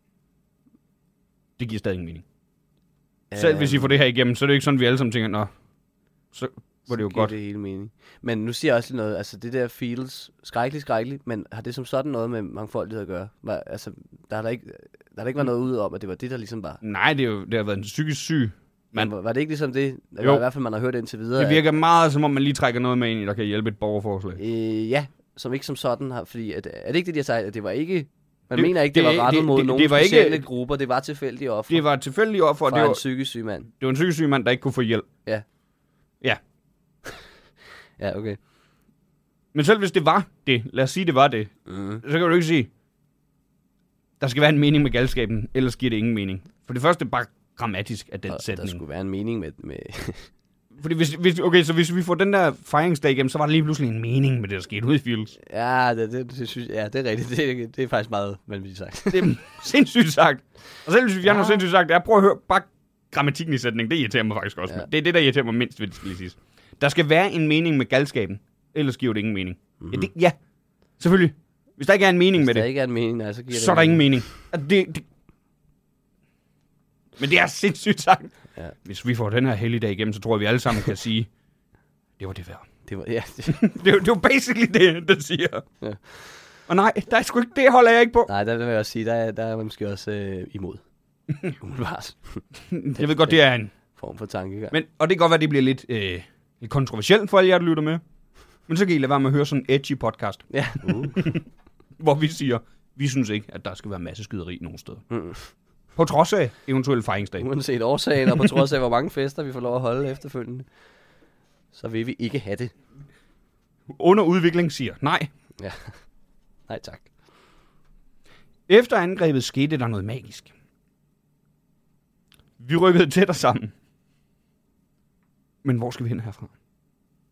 Det giver stadig ingen mening. Selv hvis I får det her igennem, så er det ikke sådan, vi alle sammen tænker, nå, så var det jo godt. Det hele mening. Men nu siger jeg også lige noget, altså det der feels skrækkeligt, skrækkeligt, men har det som sådan noget med mangfoldighed at gøre? Var, altså, der har der ikke, der har der ikke været noget ud om, at det var det, der ligesom var. Nej, det, er jo, det har været en psykisk syg. Men var, var det ikke ligesom det? Det Jo. var i hvert fald, man har hørt indtil videre. Det virker meget, som om man lige trækker noget med ind i, der kan hjælpe et borgerforslag. At, øh, ja, som ikke som sådan har, fordi at, er det ikke det, de har sagt, at det var ikke, man Det- mener ikke, det, det- var rettet det- mod det- nogle det var ikke- specielle grupper, det var tilfældige ofre Det var et tilfældigt offer, og fra det en var, psykisk syg mand. det var en psykisk syg mand, der ikke kunne få hjælp. Ja. Ja. Ja, okay. Men selv hvis det var det, lad os sige, det var det, Mm. så kan du ikke sige, der skal være en mening med galskaben, ellers giver det ingen mening. For det første bare grammatisk af den Og der sætning. skulle være en mening med, med Fordi hvis, hvis, okay, så hvis vi får den der fejringsdag igennem, så var der lige pludselig en mening med det, der skete ude i Fields. ja, det, det, det, synes, ja, det er rigtigt. Det, det er faktisk meget vanvittigt sagt. Det er sindssygt sagt. Og selv hvis vi fjerner ja. sindssygt sagt, jeg prøver at høre bare grammatikken i sætningen, det irriterer mig faktisk også. Ja. Ja. Det er det, der irriterer mig mindst ved det, skal lige siges. Der skal være en mening med galskaben, ellers giver det ingen mening. Mm-hmm. Ja, det, ja, selvfølgelig. Hvis der ikke er en mening Hvis med der det, ikke er en mening, nej, så giver det så er der ingen mening. Altså, det, det... Men det er sindssygt sagt. Ja. Hvis vi får den her helligdag igennem, så tror jeg, vi alle sammen kan sige, det var det værd. Det var, ja, det, det, er- det var basically det, den siger. Ja. Og nej, der er sgu ikke, det holder jeg ikke på. nej, der vil jeg også sige, der er, der er man måske også øh, imod. Umiddelbart. Jeg ved godt, det er en... Form for tankegang. Men, og det kan godt være, det bliver lidt, øh, lidt kontroversielt for alle jer, der lytter med. Men så kan I lade være med at høre sådan en edgy podcast, Ja. Uh. hvor vi siger, vi synes ikke, at der skal være masse skyderi nogen steder. Mm. På trods af eventuelle fejringsdag. Uanset årsagen, og på trods af, hvor mange fester vi får lov at holde efterfølgende, så vil vi ikke have det. Under udvikling siger nej. Ja. Nej, tak. Efter angrebet skete der noget magisk. Vi rykkede tættere sammen. Men hvor skal vi hen herfra?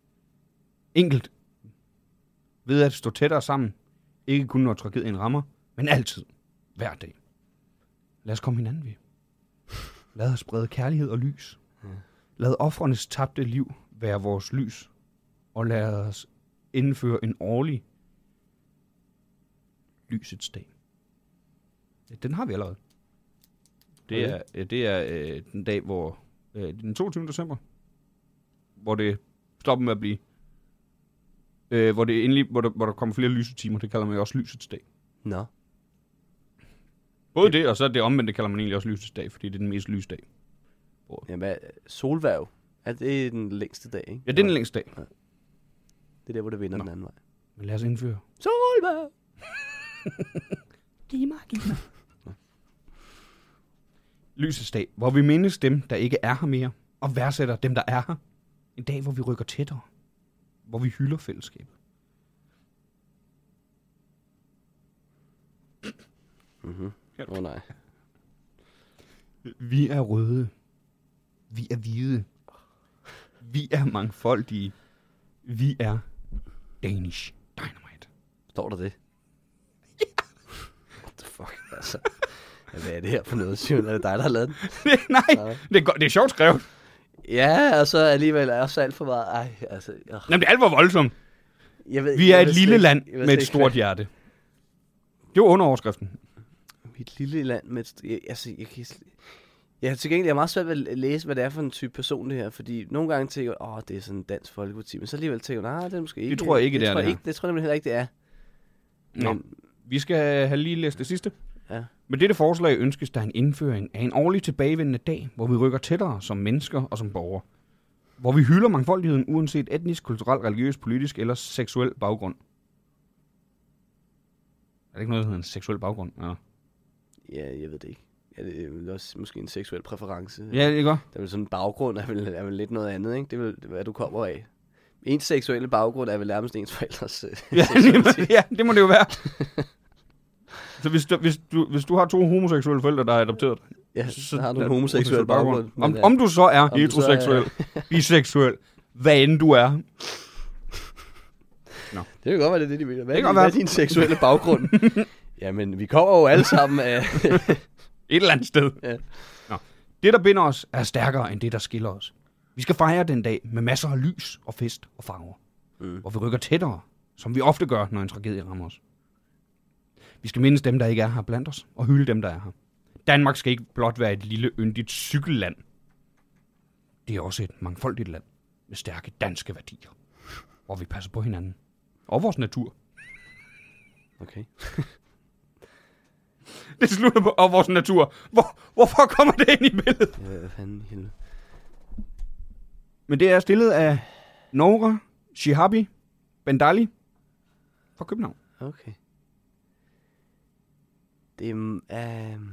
Enkelt. Ved at stå tættere sammen. Ikke kun når tragedien rammer, Men altid. Hver dag. Lad os komme hinanden ved. Lad os sprede kærlighed og lys. Mm. Lad ofrenes tabte liv være vores lys. Og lad os indføre en årlig lysets dag. Ja, den har vi allerede. Det er, okay. det er øh, den dag, hvor... Øh, den toogtyvende december. Hvor det stopper med at blive... Øh, hvor, det endelig, hvor, der, hvor der kommer flere lysetimer. Det kalder man jo også lysets dag. Nå. Både det, og så er det omvendt, det kalder man egentlig også lysets dag, fordi det er den mest lysdag. Jamen, hvad, solværv, er det den længste dag, ikke? Ja, det er den længste dag. Ja. Det er der, hvor det vinder Nå. den anden vej. Men lad os indføre. Solværv! Giv mig, giv mig. Lysets dag, hvor vi mindes dem, der ikke er her mere, og værdsætter dem, der er her. En dag, hvor vi rykker tættere. Hvor vi hylder fællesskabet. Mhm. Åh oh, nej. Vi er røde. Vi er hvide. Vi er mangfoldige. Vi er Danish Dynamite. Står der det? Ja. What the fuck, altså. Ja, hvad er det her for noget, Simon? Er det dig, der har lavet den? Nej, nej. Det, er go- det er sjovt skrevet. Ja, og så alligevel er også alt for meget. Ej, altså. Øh. Jamen, det er alt for voldsomt. Jeg ved, vi er jeg et lille ikke, land med et stort hjerte. Det var under overskriften. Vi er et lille land med et... Jeg, altså, jeg kan... Jeg har til gengæld jeg er meget svært ved at læse, hvad det er for en type person, det her. Fordi nogle gange tænker jeg, åh, det er sådan en dansk folkeparti. Men så alligevel tænker jeg, nej, det er måske ikke. Det tror jeg ikke, det, det er tror det ikke, Det tror jeg nemlig heller ikke, det er. Men... Nå, vi skal have lige læst det sidste. Ja. Med dette forslag ønskes der en indføring af en årlig tilbagevendende dag, hvor vi rykker tættere som mennesker og som borgere. Hvor vi hylder mangfoldigheden uanset etnisk, kulturel, religiøs, politisk eller seksuel baggrund. Er det ikke noget, der hedder en seksuel baggrund? Ja, ja jeg ved det ikke. Ja, det er vel også måske en seksuel præference. Ja, det er godt. Der er vel sådan en baggrund, er vel, er vel lidt noget andet, ikke? Det er vel, hvad du kommer af. Ens seksuelle baggrund er vel nærmest ens forældres ja, ja, det må det jo være. Så hvis du, hvis, du, hvis du har to homoseksuelle forældre, der er adopteret, ja, så, så har du en homoseksuel baggrund. Om, ja. om du så er om heteroseksuel, så er, biseksuel, hvad end du er. Nå. Det kan godt være, det er det, de mener. Hvad, det er, hvad er din seksuelle baggrund? Jamen, vi kommer jo alle sammen af... Et eller andet sted. Ja. Nå. Det, der binder os, er stærkere end det, der skiller os. Vi skal fejre den dag med masser af lys og fest og farver. Mm. Hvor vi rykker tættere, som vi ofte gør, når en tragedie rammer os. Vi skal mindes dem, der ikke er her blandt os, og hylde dem, der er her. Danmark skal ikke blot være et lille, yndigt cykelland. Det er også et mangfoldigt land med stærke danske værdier, hvor vi passer på hinanden. Og vores natur. Okay. Det slutter på og vores natur. Hvor, hvorfor kommer det ind i billedet? Ja, hvad fanden i helvede. Men det er stillet af Noura Shihabi Bendali fra København. Okay. Det er... Øh...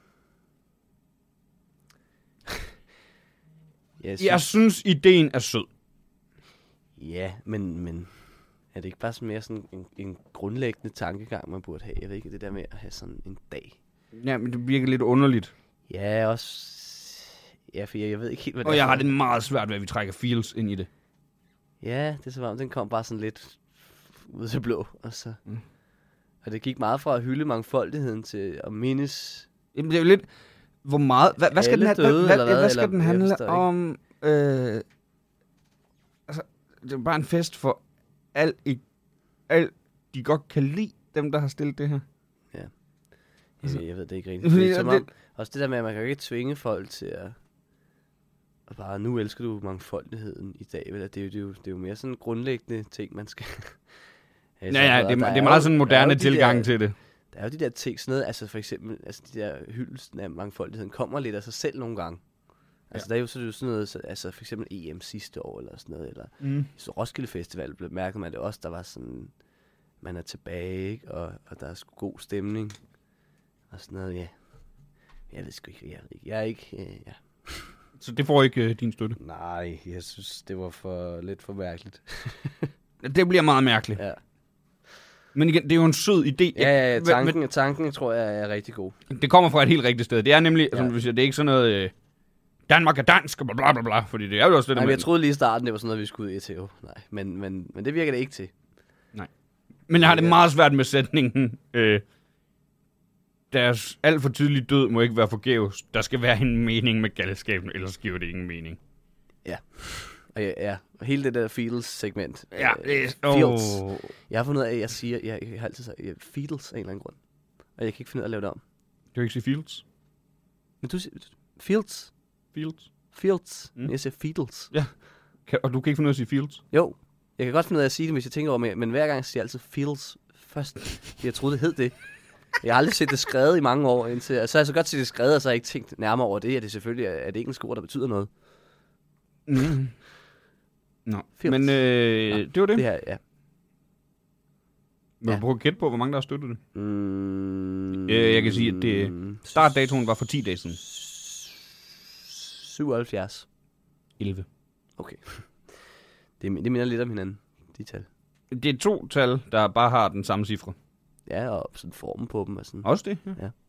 jeg, synes... jeg synes, ideen er sød. Ja, men, men er det ikke bare mere sådan en, en grundlæggende tankegang, man burde have? Jeg ved ikke, det der med at have sådan en dag. Ja, men det virker lidt underligt. Ja, også... Ja, for jeg, jeg ved ikke helt, hvad det Og er. jeg har det meget svært ved, at vi trækker feels ind i det. Ja, det er så varmt. Den kom bare sådan lidt ud til blå, og så... Mm. Og det gik meget fra at hylde mangfoldigheden til at mindes... Jamen, det er jo lidt... Hvor meget... Hvad, hvad skal den, døde, hvad, hvad, hvad, hvad skal eller, den handle om? Øh, altså, det er bare en fest for alt, i, alt de godt kan lide, dem der har stillet det her. Ja. Altså, jeg ved det ikke rigtigt. Det er, som om, også det der med, at man kan jo ikke tvinge folk til at... Og bare, nu elsker du mangfoldigheden i dag. Vel? Det, er jo, det, er jo, det er jo mere sådan en grundlæggende ting, man skal... Altså, ja, ja, det, det er meget sådan en moderne tilgang der, til det. Der er jo de der ting, sådan noget, altså for eksempel, altså de der hyldelsen af mangfoldigheden kommer lidt af sig selv nogle gange. Altså ja. Der er jo, så er det jo sådan noget, så, altså for eksempel E M sidste år eller sådan noget, eller mm. så Roskilde Festival blev mærket man det også, der var sådan, man er tilbage, ikke? Og, og der er sgu god stemning, og sådan noget, ja. Jeg ved sgu ikke, jeg ved ikke, jeg er ikke, øh, ja. Så det får ikke øh, din støtte? Nej, jeg synes, det var for lidt for mærkeligt. Det bliver meget mærkeligt. Ja. Men igen, det er jo en sød idé. Ja, ja, ja tanken, men, tanken tror jeg er rigtig god. Det kommer fra et helt rigtigt sted. Det er nemlig, ja. Som du siger, det er ikke sådan noget, øh, Danmark er dansk, bla bla bla bla, fordi det er jo også det der. Nej, men jeg troede lige i starten, det var sådan noget, vi skulle ud i til. Nej, men, men, men det virker det ikke til. Nej. Men jeg har det meget svært med sætningen, øh, deres alt for tidlige død må ikke være forgæves. Der skal være en mening med galskaben, ellers giver det ingen mening. Ja. Og ja, ja. Og hele det der Feedles-segment. Ja, det er... Uh, Fields. Jeg har fundet ud af, at jeg siger... Jeg, jeg har altid sagt ja, Feedles af en eller anden grund. Og jeg kan ikke finde ud af at lave det om. Du kan ikke sige Fields? Men du siger... Fields? Fields? Fields. Mm. Men jeg siger Feedles. Ja. Kan, og du kan ikke finde ud af at sige Fields? Jo. Jeg kan godt finde ud af at sige det, hvis jeg tænker over det. Men hver gang siger jeg altid Fields først. Jeg troede, det hed det. Jeg har aldrig set det skrevet i mange år. Indtil, så har jeg så godt set det skrevet, og så har jeg ikke tænkt nærmere over det. At det selvfølgelig er et engelsk ord, der betyder noget. Mm. Nå, Fields. men øh, Nå, det var det. Det her, ja. Vil du Ja. prøve at gætte på, hvor mange der har støttet det? Mm, Øh, jeg kan sige, at det, startdatoen var for ti dage siden. syvoghalvfjerds. elleve. Okay. Det, det minder lidt om hinanden, de tal. Det er to tal, der bare har den samme cifre. Ja, og sådan formen på dem og sådan. Også det? Ja. Ja.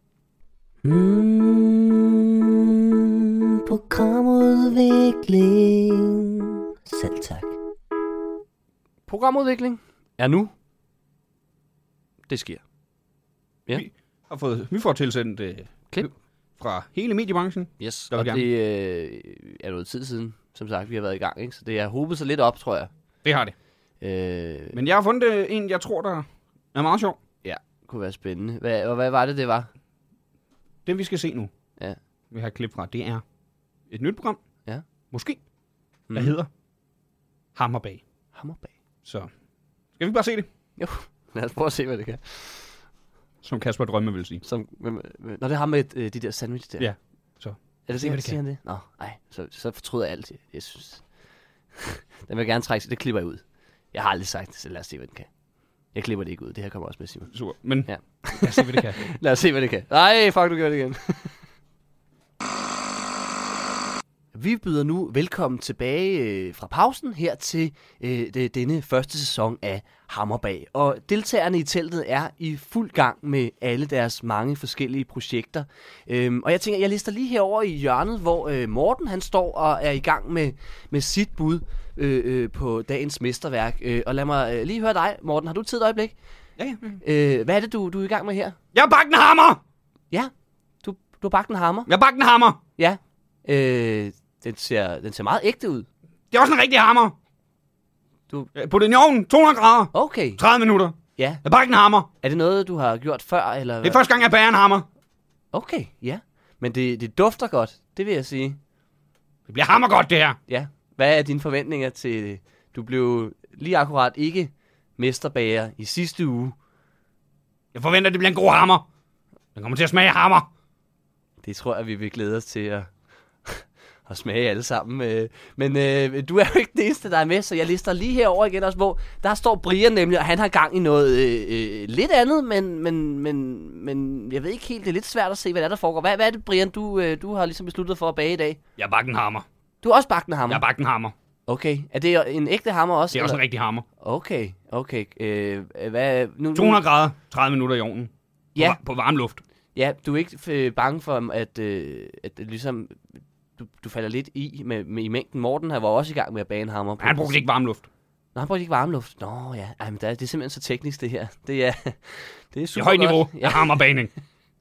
Mm, programudvikling. Selv tak. Programudvikling er nu. Det sker. Ja. Vi, har fået, vi får tilsendt øh, Klip. fra hele mediebranchen. Yes, Der vil og det øh, er noget tid siden, som sagt, vi har været i gang, ikke? Så det har hobet sig lidt op, tror jeg. Det har det. Øh, Men jeg har fundet øh, en, jeg tror, der er meget sjov. ja, kunne være spændende. Hvad, og hvad var det, det var? Den, vi skal se nu, Ja. vi har et klip fra, det er et nyt program. Ja. Måske. Mm. Der hedder Hammerbag. Hammerbag. Så skal vi bare se det, Jo, lad os prøve at se, hvad det kan. som Kasper Drømme vil sige. Som, hvem, hvem, når det har med øh, de der sandwich der. Ja, så. Er det Se, hvad sikkert, det siger han det? Nå, nej, så, så fortryder jeg alt. Jeg, jeg synes... Den vil jeg gerne trække, det klipper jeg ud. Jeg har aldrig sagt det, så lad os se, hvad den kan. Jeg klipper det ikke ud, det her kommer også med, Simon. Super. Men Ja. lad os se, hvad det kan. Lad os se, hvad det kan. Nej, fuck, du gør det igen. Vi byder nu velkommen tilbage øh, fra pausen her til øh, det, denne første sæson af Hammerbag. Og deltagerne i teltet er i fuld gang med alle deres mange forskellige projekter. Øhm, og jeg tænker, jeg lister lige herover i hjørnet, hvor øh, Morten han står og er i gang med, med sit bud øh, øh, på dagens mesterværk. Øh, og lad mig øh, lige høre dig, Morten. Har du tid et øjeblik? Ja, ja. Øh, hvad er det, du, du er i gang med her? Jeg har bagt en hammer! Ja, du, du har bagt en hammer. Jeg har bagt en hammer! Ja, øh, den, ser, den ser meget ægte ud. Det er også en rigtig hammer. Du- Jeg puttede den i ovnen, to hundrede grader, Okay, tredive minutter. ja. Jeg har bagt en hammer. Er det noget, du har gjort før, eller Det er første gang, jeg bager en hammer. Okay, ja. Men det, det dufter godt, det vil jeg sige. Det bliver hammergodt, det her. Ja. Hvad er dine forventninger til det? Du blev lige akkurat ikke mesterbager i sidste uge. Jeg forventer, det bliver en god hammer. Den kommer til at smage af hammer. Det tror jeg, vi vil glæde os til at, at smage alle sammen. øh. Men øh, du er jo ikke den eneste, der er med, så jeg lister lige herover igen også, hvor der står Brian nemlig, og han har gang i noget øh, øh, lidt andet, men, men, men, men jeg ved ikke helt, det er lidt svært at se, hvad der, er, der foregår. Hvad, hvad er det, Brian, du, øh, du har ligesom besluttet for at bage i dag? Jeg har bagt en hammer. Du har også bagt en hammer? Jeg har bagt en hammer. Okay, er det en ægte hammer også? Det er også en eller? rigtig hammer. Okay, okay. Øh, hvad, nu, to hundrede grader, tredive minutter i ovnen. Ja. På, på varm luft. Ja, du er ikke øh, bange for, at, øh, at det ligesom, du, du falder lidt i med, med i mængden. Morten her var også i gang med at bage en hammer. På. Han brugte ikke varm luft. Nå, han brugte ikke varmluft. Nå ja, Ej, men der, det er simpelthen så teknisk det her. Det er, det er Det er super højt niveau godt. af Ja, hammerbagning.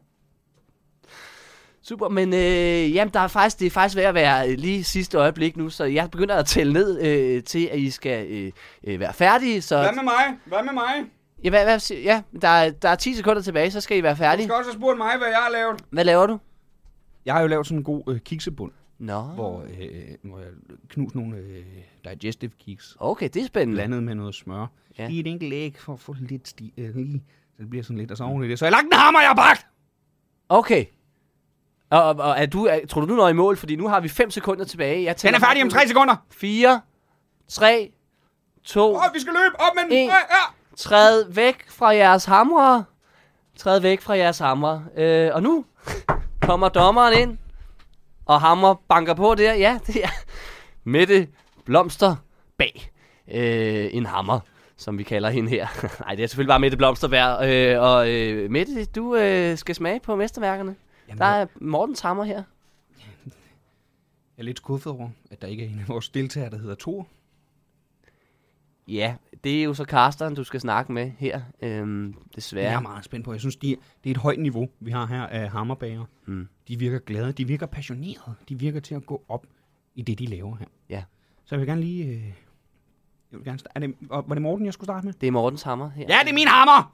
super, men øh, jamen, der er faktisk, det er faktisk ved at være øh, lige sidste øjeblik nu, så jeg begynder at tælle ned øh, til, at I skal øh, øh, være færdige. Så, Hvad med mig? Hvad med mig? ja, hvad, hvad, siger- ja der, er, der er ti sekunder tilbage, så skal I være Du færdige. skal også have spurgt mig, hvad jeg har lavet. Hvad laver du? Jeg har jo lavet sådan en god øh, kiksebund, Nå, hvor, øh, hvor jeg knuste nogle øh, digestive kiks. okay, det er spændende. Blandet med noget smør. Ja. Ja. Lige et enkelt æg for at få lidt sti, øh, lige, så det bliver sådan lidt, og så oven i det. Så jeg har lagt en hammer, jeg har bagt! Okay. Og, og, og er du, er, tror du, du når i mål? Fordi nu har vi fem sekunder tilbage. Jeg Den tæller er færdig om tre sekunder. fire, tre, to, Åh, vi skal løbe op med den. En. Ja, ja. træd væk fra jeres hamre. Træd væk fra jeres hamre. Øh, og nu kommer dommeren ind, og hammer banker på der. Ja, det er Mette Blomster bag øh, en hammer, som vi kalder hende her. Nej, det er selvfølgelig bare Mette Blomsterberg. Øh, og øh, Mette, du øh, skal smage på mesterværkerne. Jamen, Der er Mortens hammer her. Jeg er lidt skuffet over, at der ikke er en af vores deltagere, der hedder Thor. Ja, det er jo så Carsten, du skal snakke med her, øhm, desværre. Jeg er meget spændt på. Jeg synes, de, det er et højt niveau, vi har her af hammerbager. Mm. De virker glade, de virker passionerede, de virker til at gå op i det, de laver her. Ja. Så jeg vil gerne lige... Øh, jeg vil gerne starte, er det, var det Morten, jeg skulle starte med? Det er Mortens hammer her. Ja, det er min hammer!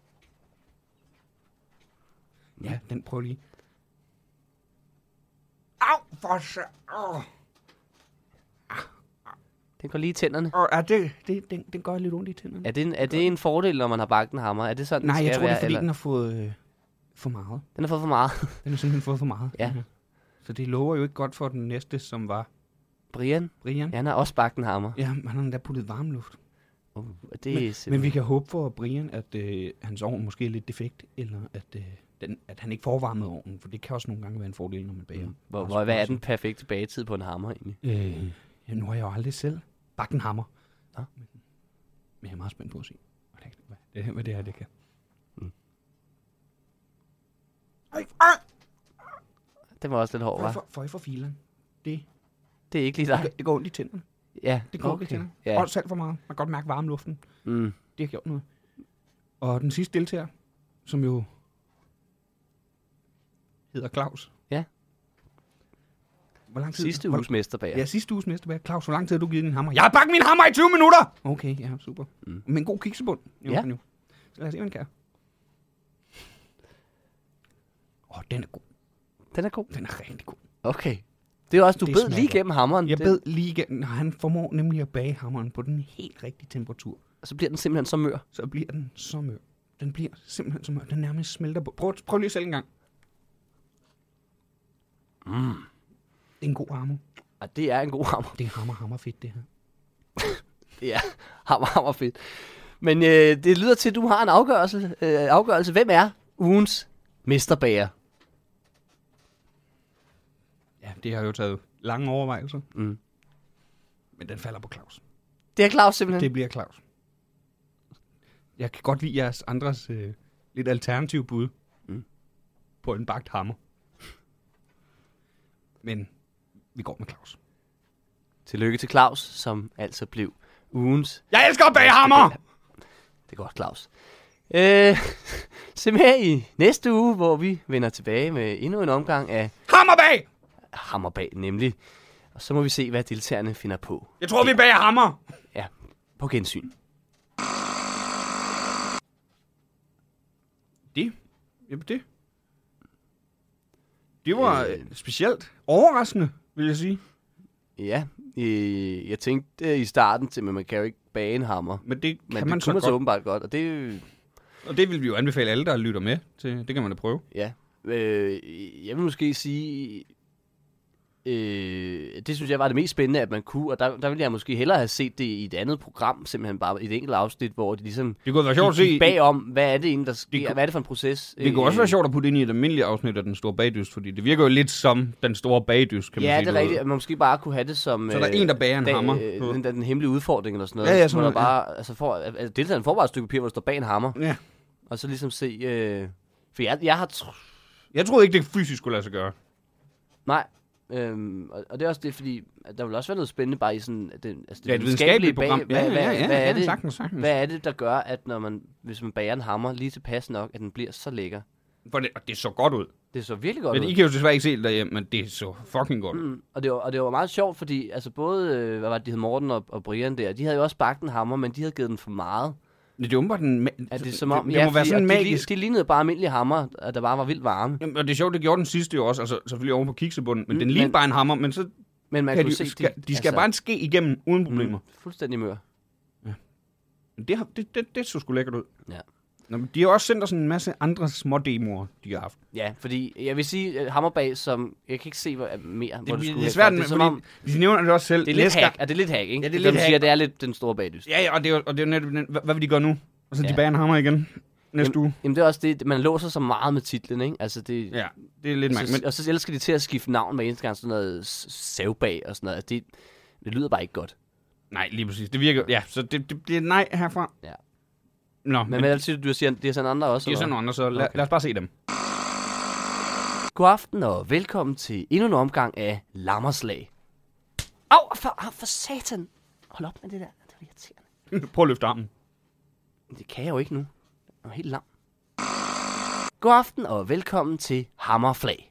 Ja, den prøver lige. Au, for så... Åh, Den går lige i tænderne. oh, er det, det, den, den gør lidt ondt i tænderne. Er det, en, er det en fordel, når man har bagt en hammer? Er det sådan, Nej, den jeg skal tror, det er, være, fordi eller? den har fået øh, for meget. Den har fået for meget. Den har simpelthen fået for meget. Ja. den her. Så det lover jo ikke godt for den næste, som var Brian, Brian. ja, han har også bagt en hammer. Ja, han har endda puttet varmluft. Uh, det er Men, men simpelthen- vi kan håbe for Brian, at øh, hans ovn måske er lidt defekt, eller at, øh, den, at han ikke får varmet ovnen, for det kan også nogle gange være en fordel, når man bager. Hvor, Også hvor, hvad er også- den perfekte bagetid på en hammer egentlig? Øh, ja, nu har jeg jo aldrig selv bagt en hammer. Nå. Men, men jeg er meget spændt på at se, hvad det, hvad det, hvad det her det kan. Mm. Ej, ej, Den var også lidt hård, for, hva'? for, for, for filen. Det, Det er ikke lige det, dig. gør- det går ondt i tænderne. Ja, Det går ondt i okay. tænderne. Ja. Også selv for meget. Man kan godt mærke varmeluften. Mm. Det har gjort noget. Og den sidste deltager, som jo hedder Claus. Ja. Hvor lang tid? Sidste hvor, uges mesterbager. Ja, sidste uges mesterbager. Claus, hvor lang tid har du givet din hammer? Jeg har bagt min hammer i tyve minutter! Okay, ja, super. Mm. Mm. Med en god kiksebund. Jo, Ja. Nu. Så lad os se, hvad den kan. Åh, oh, den er god. Den er god. Den er rigtig god. Okay. Det er også, du Det bed smager lige godt. gennem hammeren. Jeg Det- bed lige igennem. Han formår nemlig at bage hammeren på den helt rigtige temperatur. Så bliver den simpelthen så mør. Så bliver den så mør. Den bliver simpelthen så mør. Den nærmest smelter på. Prøv, prøv lige selv en gang. Mm. Det er en god hammer. Og det er en god hammer. Det er hammer, hammer fedt, det her. Det er hammer, hammer fedt. Men øh, det lyder til, at du har en afgørelse. Øh, afgørelse. Hvem er ugens mesterbager? Ja, det har jo taget lange overvejelser. Mm. Men den falder på Claus. Det er Claus simpelthen. Det bliver Claus. Jeg kan godt lide jeres andres øh, lidt alternative bud Mm. på en bagt hammer. Men vi går med Claus. Tillykke til Claus, som altså blev ugens. Jeg elsker at bage hammer! Det er godt, Claus. Øh, se med i næste uge, hvor vi vender tilbage med endnu en omgang af Hammerbag! Hammerbag, nemlig. Og så må vi se, hvad deltagerne finder på. Jeg tror, vi bager hammer! Ja, på gensyn. Det? Jamen det. Det var Øh. øh. specielt overraskende, vil jeg sige. Ja, øh, jeg tænkte øh, i starten til, at man kan jo ikke bage en hammer. Men det Men kan det man kunne så man så godt. åbenbart godt, og det er jo- Og det vil vi jo anbefale alle, der lytter med til. Det kan man da prøve. ja. Øh, jeg vil måske sige, øh, det synes jeg var det mest spændende, at man kunne, og der, der ville jeg måske hellere have set det i et andet program, simpelthen bare i et enkelt afsnit, hvor de ligesom Det kunne være sjovt at se. gik bagom, hvad er det egentlig, der sker, kunne- hvad er det for en proces? Det kunne også være sjovt at putte ind i et almindeligt afsnit af Den Store Bagdyst, fordi det virker jo lidt som Den Store Bagdyst, kan man Ja, sige. det er du ved. rigtigt, at man måske bare kunne have det som... Så der er øh, en, der bager en dag- hammer. øh, på- Den, der, den hemmelige udfordring eller sådan noget. Ja, ja, sådan hvor der noget, bare, altså for, altså deltageren får bare et stykke papir, hvor der står bag en hammer, Ja. og så ligesom se... Øh, for jeg, jeg har... Tr- Jeg troede ikke, det fysisk skulle lade sig gøre. nej, øhm, og, og det er også det, fordi at der vil også være noget spændende bare i sådan... Den, altså det Ja, et videnskabeligt bag- program. Hvad, Ja, ja, hvad, ja, hvad, ja, er det, sagtens, sagtens. hvad er det, der gør, at når man, hvis man bager en hammer lige tilpas nok, at den bliver så lækker? For det, og det så godt ud. Det så virkelig godt Men ud. I kan jo desværre ikke se det derhjemme, men det så fucking godt ud. Mm, og, det var, og det var meget sjovt, fordi altså både, øh, hvad var det, de hed Morten og, og Brian der, de havde jo også bagt en hammer, men de havde givet den for meget. Det er åbenbart en... Ma- Er det som om, det, ja, det må være fordi- sådan og de, magisk. De, de lignede bare almindelige hammer, at der bare var vildt varme. Jamen, og det er sjovt, det gjorde den sidste jo også, altså selvfølgelig over på kiksebunden, men Mm, mm, den lignede men- bare en hammer, men så Men man kan kunne de, se, skal, de skal bare en ske igennem uden problemer. Mm, fuldstændig mør. Men det, har, det, det, det så sgu lækkert ud. Ja. Nå, men de har også sendt os en masse andre små demoer, de har haft. Ja, fordi jeg vil sige, at Hammerbag, som jeg kan ikke se hvor, mere, hvor Det, det det, skulle det er hen svært, fra. men det er, som fordi, om, hvis I nævner det også selv. det er lidt næste hack. gang- Er det lidt hack, ikke? Ja, det er Som lidt du hack. siger, det er lidt den store bagdyst. Ja, ja, og det er jo, og det er jo netop, hvad, hvad vil de gøre nu? Og så Ja. de bager en hammer igen næste uge. Jamen det er også det, man låser så meget med titlen, ikke? Altså det, Ja, det er lidt mærkeligt. så, Men og så elsker de til at skifte navn med eneste gang, sådan noget s- savbag og sådan noget. Altså, det, det lyder bare ikke godt. nej, lige præcis. Det virker, ja, så det, det bliver nej herfra. Ja. Nå, Men hvad siger du, du siger, det er sådan andre også? de er eller sådan hvad? nogle andre, så lad, Okay. lad os bare se dem. God aften og velkommen til endnu en omgang af Lammerslag. Au, for, au, for satan. Hold op med det der. Det er irriterende. Prøv at løfte armen. Det kan jeg jo ikke nu. Jeg er helt lam. God aften og velkommen til Hammerflag.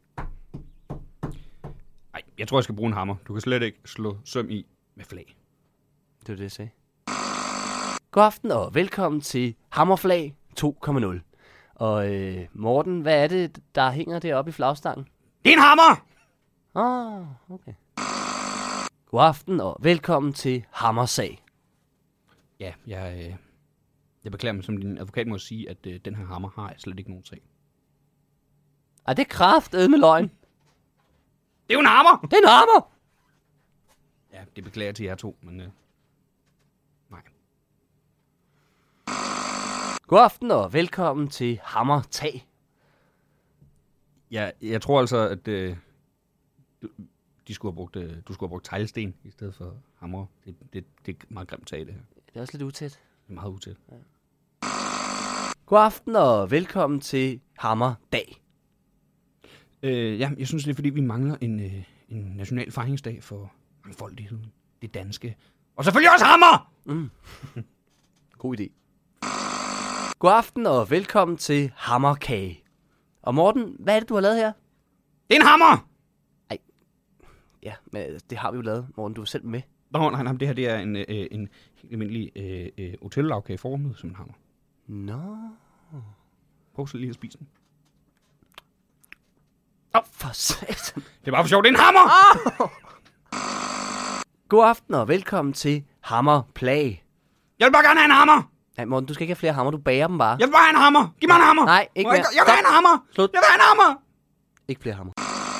Nej, jeg tror, jeg skal bruge en hammer. Du kan slet ikke slå søm i med flag. Det var det, jeg sagde. God aften og velkommen til Hammerflag to punkt nul. Og øh, Morten, hvad er det, der hænger deroppe i flagstangen? Det er en hammer! Åh, oh, okay. God aften og velkommen til Hammersag. Ja, jeg, øh, jeg beklager mig, som din advokat må sige, at øh, den her hammer har jeg slet ikke nogen sag. Ej, det er kraftedeme med løgn. Det er jo en hammer! Det er en hammer! Ja, det beklager jeg til jer to, men øh, nej. God aften og velkommen til Hammertag. Ja, jeg tror altså, at øh, du, de skulle have brugt, øh, du skulle have brugt teglsten i stedet for hammer. Det, det, det er meget grimt tag, det her. Det er også lidt utæt. Det er meget utæt. Ja. God aften og velkommen til Hammerdag. Øh, ja, jeg synes, det er fordi, vi mangler en, øh, en national fejringsdag for mangfoldigheden. Det danske. Og selvfølgelig også hammer! Mm. God idé. God aften og velkommen til Hammerkage. Og Morten, hvad er det, du har lavet her? Det er en hammer! Ja, men det har vi jo lavet, Morten. Du er selv med. Nå, nej, nej, det her det er en, øh, en helt almindelig øh, øh, hotellavkage formet som en hammer. Nå. Prøv så lige at spise den. Åh, oh, for satan. Det er bare for sjovt, det er en hammer! Oh! God aften og velkommen til Hammerplage. Jeg vil bare gerne have en hammer! Nej, Morten, du skal ikke have flere hammer. Du bager dem bare. Jeg vil bare have en hammer! Giv mig en hammer! Nej, ikke jeg, mere. jeg vil have en hammer! Slut. Jeg vil have en hammer! Ikke flere hammer.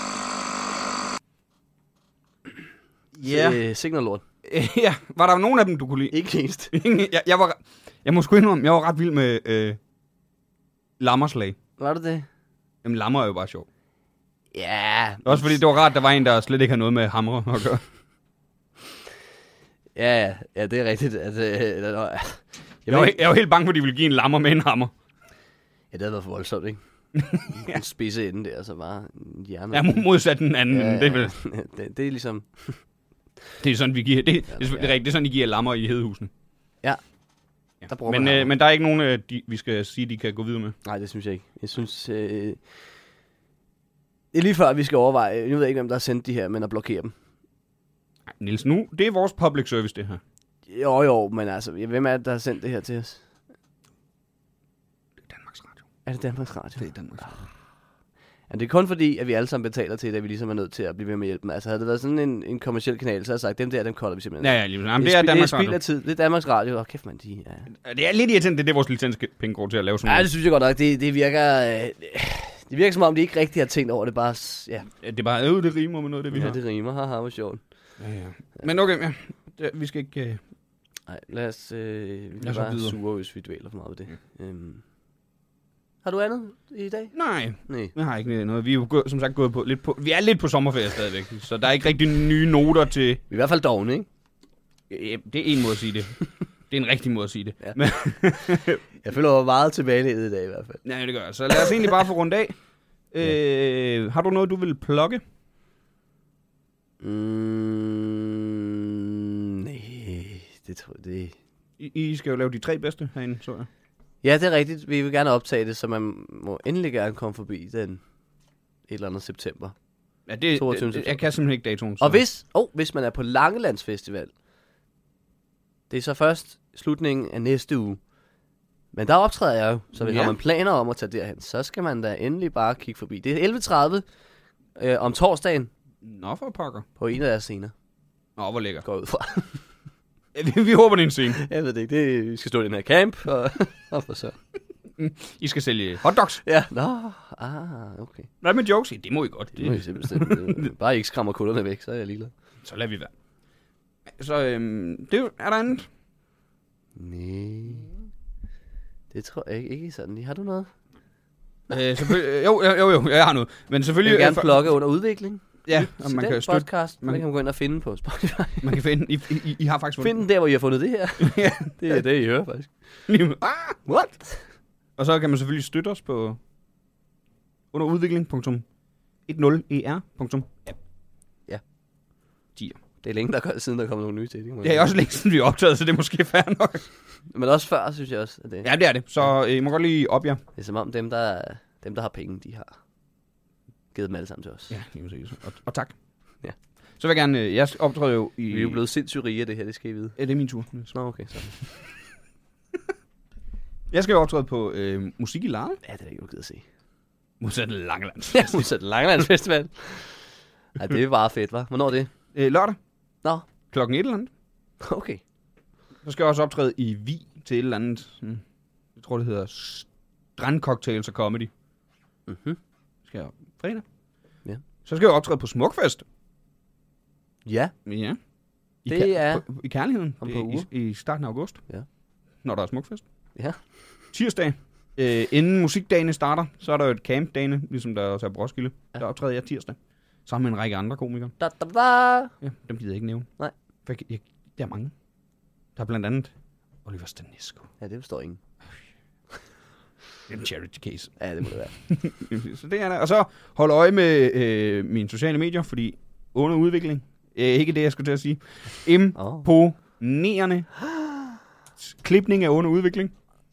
Ja. Yeah. Signal lort. Ja, var der nogen af dem, du kunne lide? Ikke eneste. jeg, jeg, var, jeg må sgu indrømme, jeg var ret vild med øh, lammerslag. Var det det? Jamen, lammer er jo bare sjov. Ja. Også fordi det var rart, der var en, der slet ikke havde noget med hamre at gøre. Ja, ja, ja, det er rigtigt. At, øh, jeg, jeg, var, jeg var helt bange for, at de ville give en lammer med en hammer. Ja, det havde været for voldsomt, ikke? Ja. En spidse ende der, så bare en hjerne. Ja, modsat den anden. Ja, ja, det, er det, det er ligesom... det er sådan, vi giver... Det, det, er, det, er, det er sådan, de giver lammer i hedehusene. Ja. Ja. Der bruger men, man øh, men der er ikke nogen, øh, de, vi skal sige, de kan gå videre med. Nej, det synes jeg ikke. Jeg synes... Øh... Det er lige før, vi skal overveje... Nu ved jeg ikke, hvem der har sendt de her, men at blokere dem. Nej, Niels, nu... Det er vores public service, det her. Jo, jo, men altså... Hvem er det, der har sendt det her til os? Det er Danmarks Radio. Er det Danmarks Radio? Det er Danmarks Radio. Ja, det er kun fordi, at vi alle sammen betaler til det, at vi ligesom er nødt til at blive ved med hjælpen. Altså, havde det været sådan en, en kommerciel kanal, så havde jeg sagt, dem der, dem kolder vi simpelthen. Ja, ja, lige Jamen, det, det er spi- Danmarks det er spild af tid. Det er Danmarks Radio. Åh, kæft man, de... Ja. Det er lidt irriterende, det er det, vores licenspenge går til at lave sådan Ja, noget. det synes jeg godt nok. Det, det virker... Øh, det virker som om, de ikke rigtig har tænkt over det. Bare... Ja, Det er bare, øh, det rimer med noget, det vi ja har. det rimer. Haha, hvor sjovt. Ja, ja. Men okay, ja. Det, vi skal ikke... Øh... Nej, lad os... Øh, vi Lad kan os bare videre. sure, hvis vi dvæler for meget ved det. Ja. Øhm. Har du andet i dag? Nej, Nej. jeg har ikke noget. Vi er jo gå, som sagt gået på lidt på... Vi er lidt på sommerferie stadigvæk, så der er ikke rigtig nye noter til... Vi er i hvert fald dogne, ikke? Ja, det er en måde at sige det. Det er en rigtig måde at sige det. Ja. Men, Jeg føler mig meget tilbagelænet i dag i hvert fald. ja, det gør jeg. Så lad os egentlig bare få rundt af. Øh, har du noget, du vil plukke? Mm, nej, det tror jeg, det... I, I skal jo lave de tre bedste herinde, så jeg. Ja, det er rigtigt. Vi vil gerne optage det, så man må endelig gerne komme forbi den et eller andet september. Ja, det, toogtyvende det, september. jeg kan simpelthen ikke datoen. Så. Og hvis, oh, hvis man er på Langelandsfestival, det er så først slutningen af næste uge. Men der optræder jeg jo, så hvis Ja. ja. man planer om at tage derhen, så skal man da endelig bare kigge forbi. Det er elleve tredive øh, om torsdagen Nå, for pokker. på en af deres scener, Nå, hvor lækkert. går jeg ud fra. vi, vi håber, det er en scene. Jeg ved det ikke, det, vi skal stå i den her camp, og, og for så. I skal sælge hotdogs. Ja, nå, ah, okay. Hvad med jokes? Ja, det må I godt. Det må I Det, simpelthen. Bare I ikke skræmmer kunderne væk, så er jeg ligeglad. så lader vi være. Så øhm, det er, jo- er der andet? Nej, det tror jeg ikke, ikke sådan lige. Har du noget? Øh, selvfølgelig, jo, jo, jo, jo, jeg har noget. Men Jeg selvfølgelig... vil gerne øh, plukke under udvikling. Ja, og Så man den kan støtte... podcast, man, man- den kan man gå ind og finde på Spotify. Man kan finde... I, I, I har faktisk Find den der, hvor I har fundet det her. Ja. Det er det, I hører faktisk. Ah! What? Og så kan man selvfølgelig støtte os på underudvikling punktum ti er punktum app. Ja. Tier. Det er længe, der er, siden der kommer nogle nye til. Det, Det er også længe siden, vi er optaget, så det er måske fair nok. Men også før, synes jeg også. At det, Ja, det er det. Så øh, I må godt lige op jer. det er som om dem der, dem, der har penge, de har givet dem alle sammen til os. Ja, lige præcis. Og, og tak. Ja. Så vil jeg gerne... øh, Jeg optræder jo i... Vi er jo blevet sindssygt rige af det her, det skal I vide. Ja, det er min tur. Nå, okay, så. Jeg skal jo optræde på øh, Musik i Larne. Ja, det er da ikke noget at se. Modsat Langeland. Ja, modsat Langelands Festival. Ja, det er bare fedt, hva'? Hvornår er det? øh, lørdag. Nå, Klokken et eller andet. okay. Så skal jeg også optræde i Vi til et eller andet. Sådan, jeg tror, det hedder Strandcocktails og Comedy. Mhm. Skal jeg fredag. Ja. Så skal jeg optræde på Smukfest. Ja, Ja. I Det kær- er- på, I kærligheden. om I, et par uger. i, I starten af august. Ja. Når der er Smukfest. ja. Tirsdag. Øh, inden musikdagene starter, så er der jo et campdagene, ligesom der også er på Roskilde. Ja. Der optræder jeg tirsdag. Sammen med en række andre komikere. Da, da, da. Ja, dem gider jeg ikke nævne. Nej. For jeg, jeg, der er mange. Der er blandt andet Oliver Stanesco. Ja, det forstår ingen. Det er en charity case. Ja, det må det være. Så det er der. Og så hold øje med øh, mine sociale medier, fordi under udvikling, øh, ikke det, jeg skulle til at sige, imponerende klipning er under udvikling.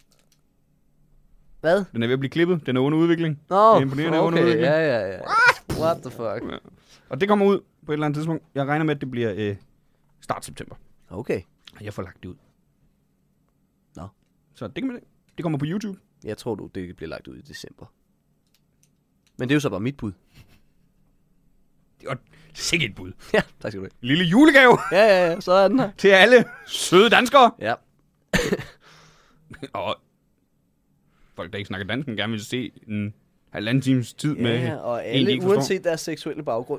Hvad? Den er ved at blive klippet. Den er under udvikling. Nå, Det er imponerende under okay, udvikling. ja, ja, ja. What the fuck? Og det kommer ud på et eller andet tidspunkt. Jeg regner med, at det bliver øh, start september. Okay. Og jeg får lagt det ud. Nå. Så det, kan man, det kommer på YouTube. Jeg tror du, det bliver lagt ud i december. Men det er jo så bare mit bud. Det var sikkert et bud. Ja, tak skal du have. En lille julegave Ja, ja, ja, så er den her. til alle søde danskere. Ja. Og folk, der ikke snakker dansk, gerne vil se en halvanden times tid med Ja, og en, de alle, ikke forstår. uanset deres seksuelle baggrund.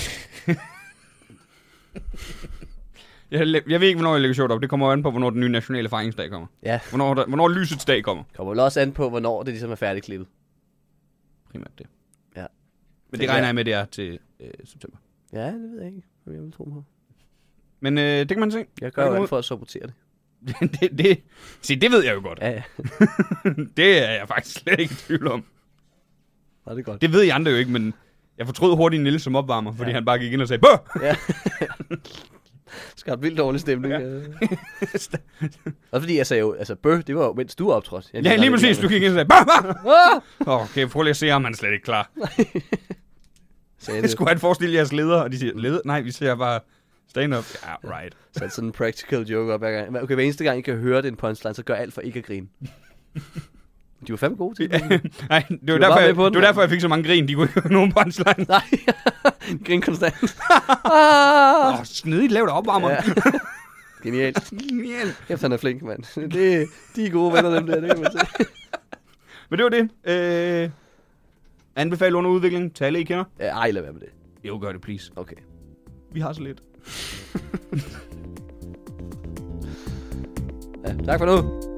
Jeg, jeg ved ikke, hvornår jeg lægger sjovt op. Det kommer jo an på, hvornår den nye nationale fejringsdag kommer. Ja, Hvornår, der, hvornår lysets dag kommer. kommer vel også an på, hvornår det ligesom er færdigklippet. Primært det. Ja. Men Det det kan- regner jeg med, det er til øh, september. Ja, det ved jeg ikke, om jeg vil tro på. Men øh, det kan man se. Jeg gør jo alt for at supportere det. det, det, se, det ved jeg jo godt. Ja, ja. Det er jeg faktisk slet ikke i tvivl om. Nå, det er godt. Det ved I andre jo ikke, men jeg fortrød hurtigt Niels som opvarmer, fordi Ja. han bare gik ind og sagde, Bøh! Ja. Skabt vildt dårlig stemning. Ja. Også fordi jeg sagde jo, altså bøh, det var jo, mens du optrådte. Jeg Ja, lige præcis. Du gik ind og sagde, Bøh! Bøh! Okay, prøv lige at se, om han er slet ikke klar. sagde Det det. skulle han forestille jeres leder, og de siger, leder? Nej, vi ser bare stand-up. Ja, right. Så sådan en practical joke op hver gang. Okay, hver eneste gang I kan høre det en punchline, så gør alt for ikke at grine. De var fandme gode til det. Nej, det var, var derfor, bare med jeg, på den, det var mand. derfor, jeg fik så mange grin. De kunne ikke høre nogen punchline. Nej, grin konstant. Åh, oh, snedigt lavt opvarmer. Ja. Genialt. Genialt. Efter han er flink, mand. Det, de er gode venner, dem der, det kan man se. Men det var det. Øh, anbefale under udvikling til alle, I kender. Ja, ej, lad være med det. Jo, gør det, please. Okay. Vi har så lidt. Ja, tak for nu.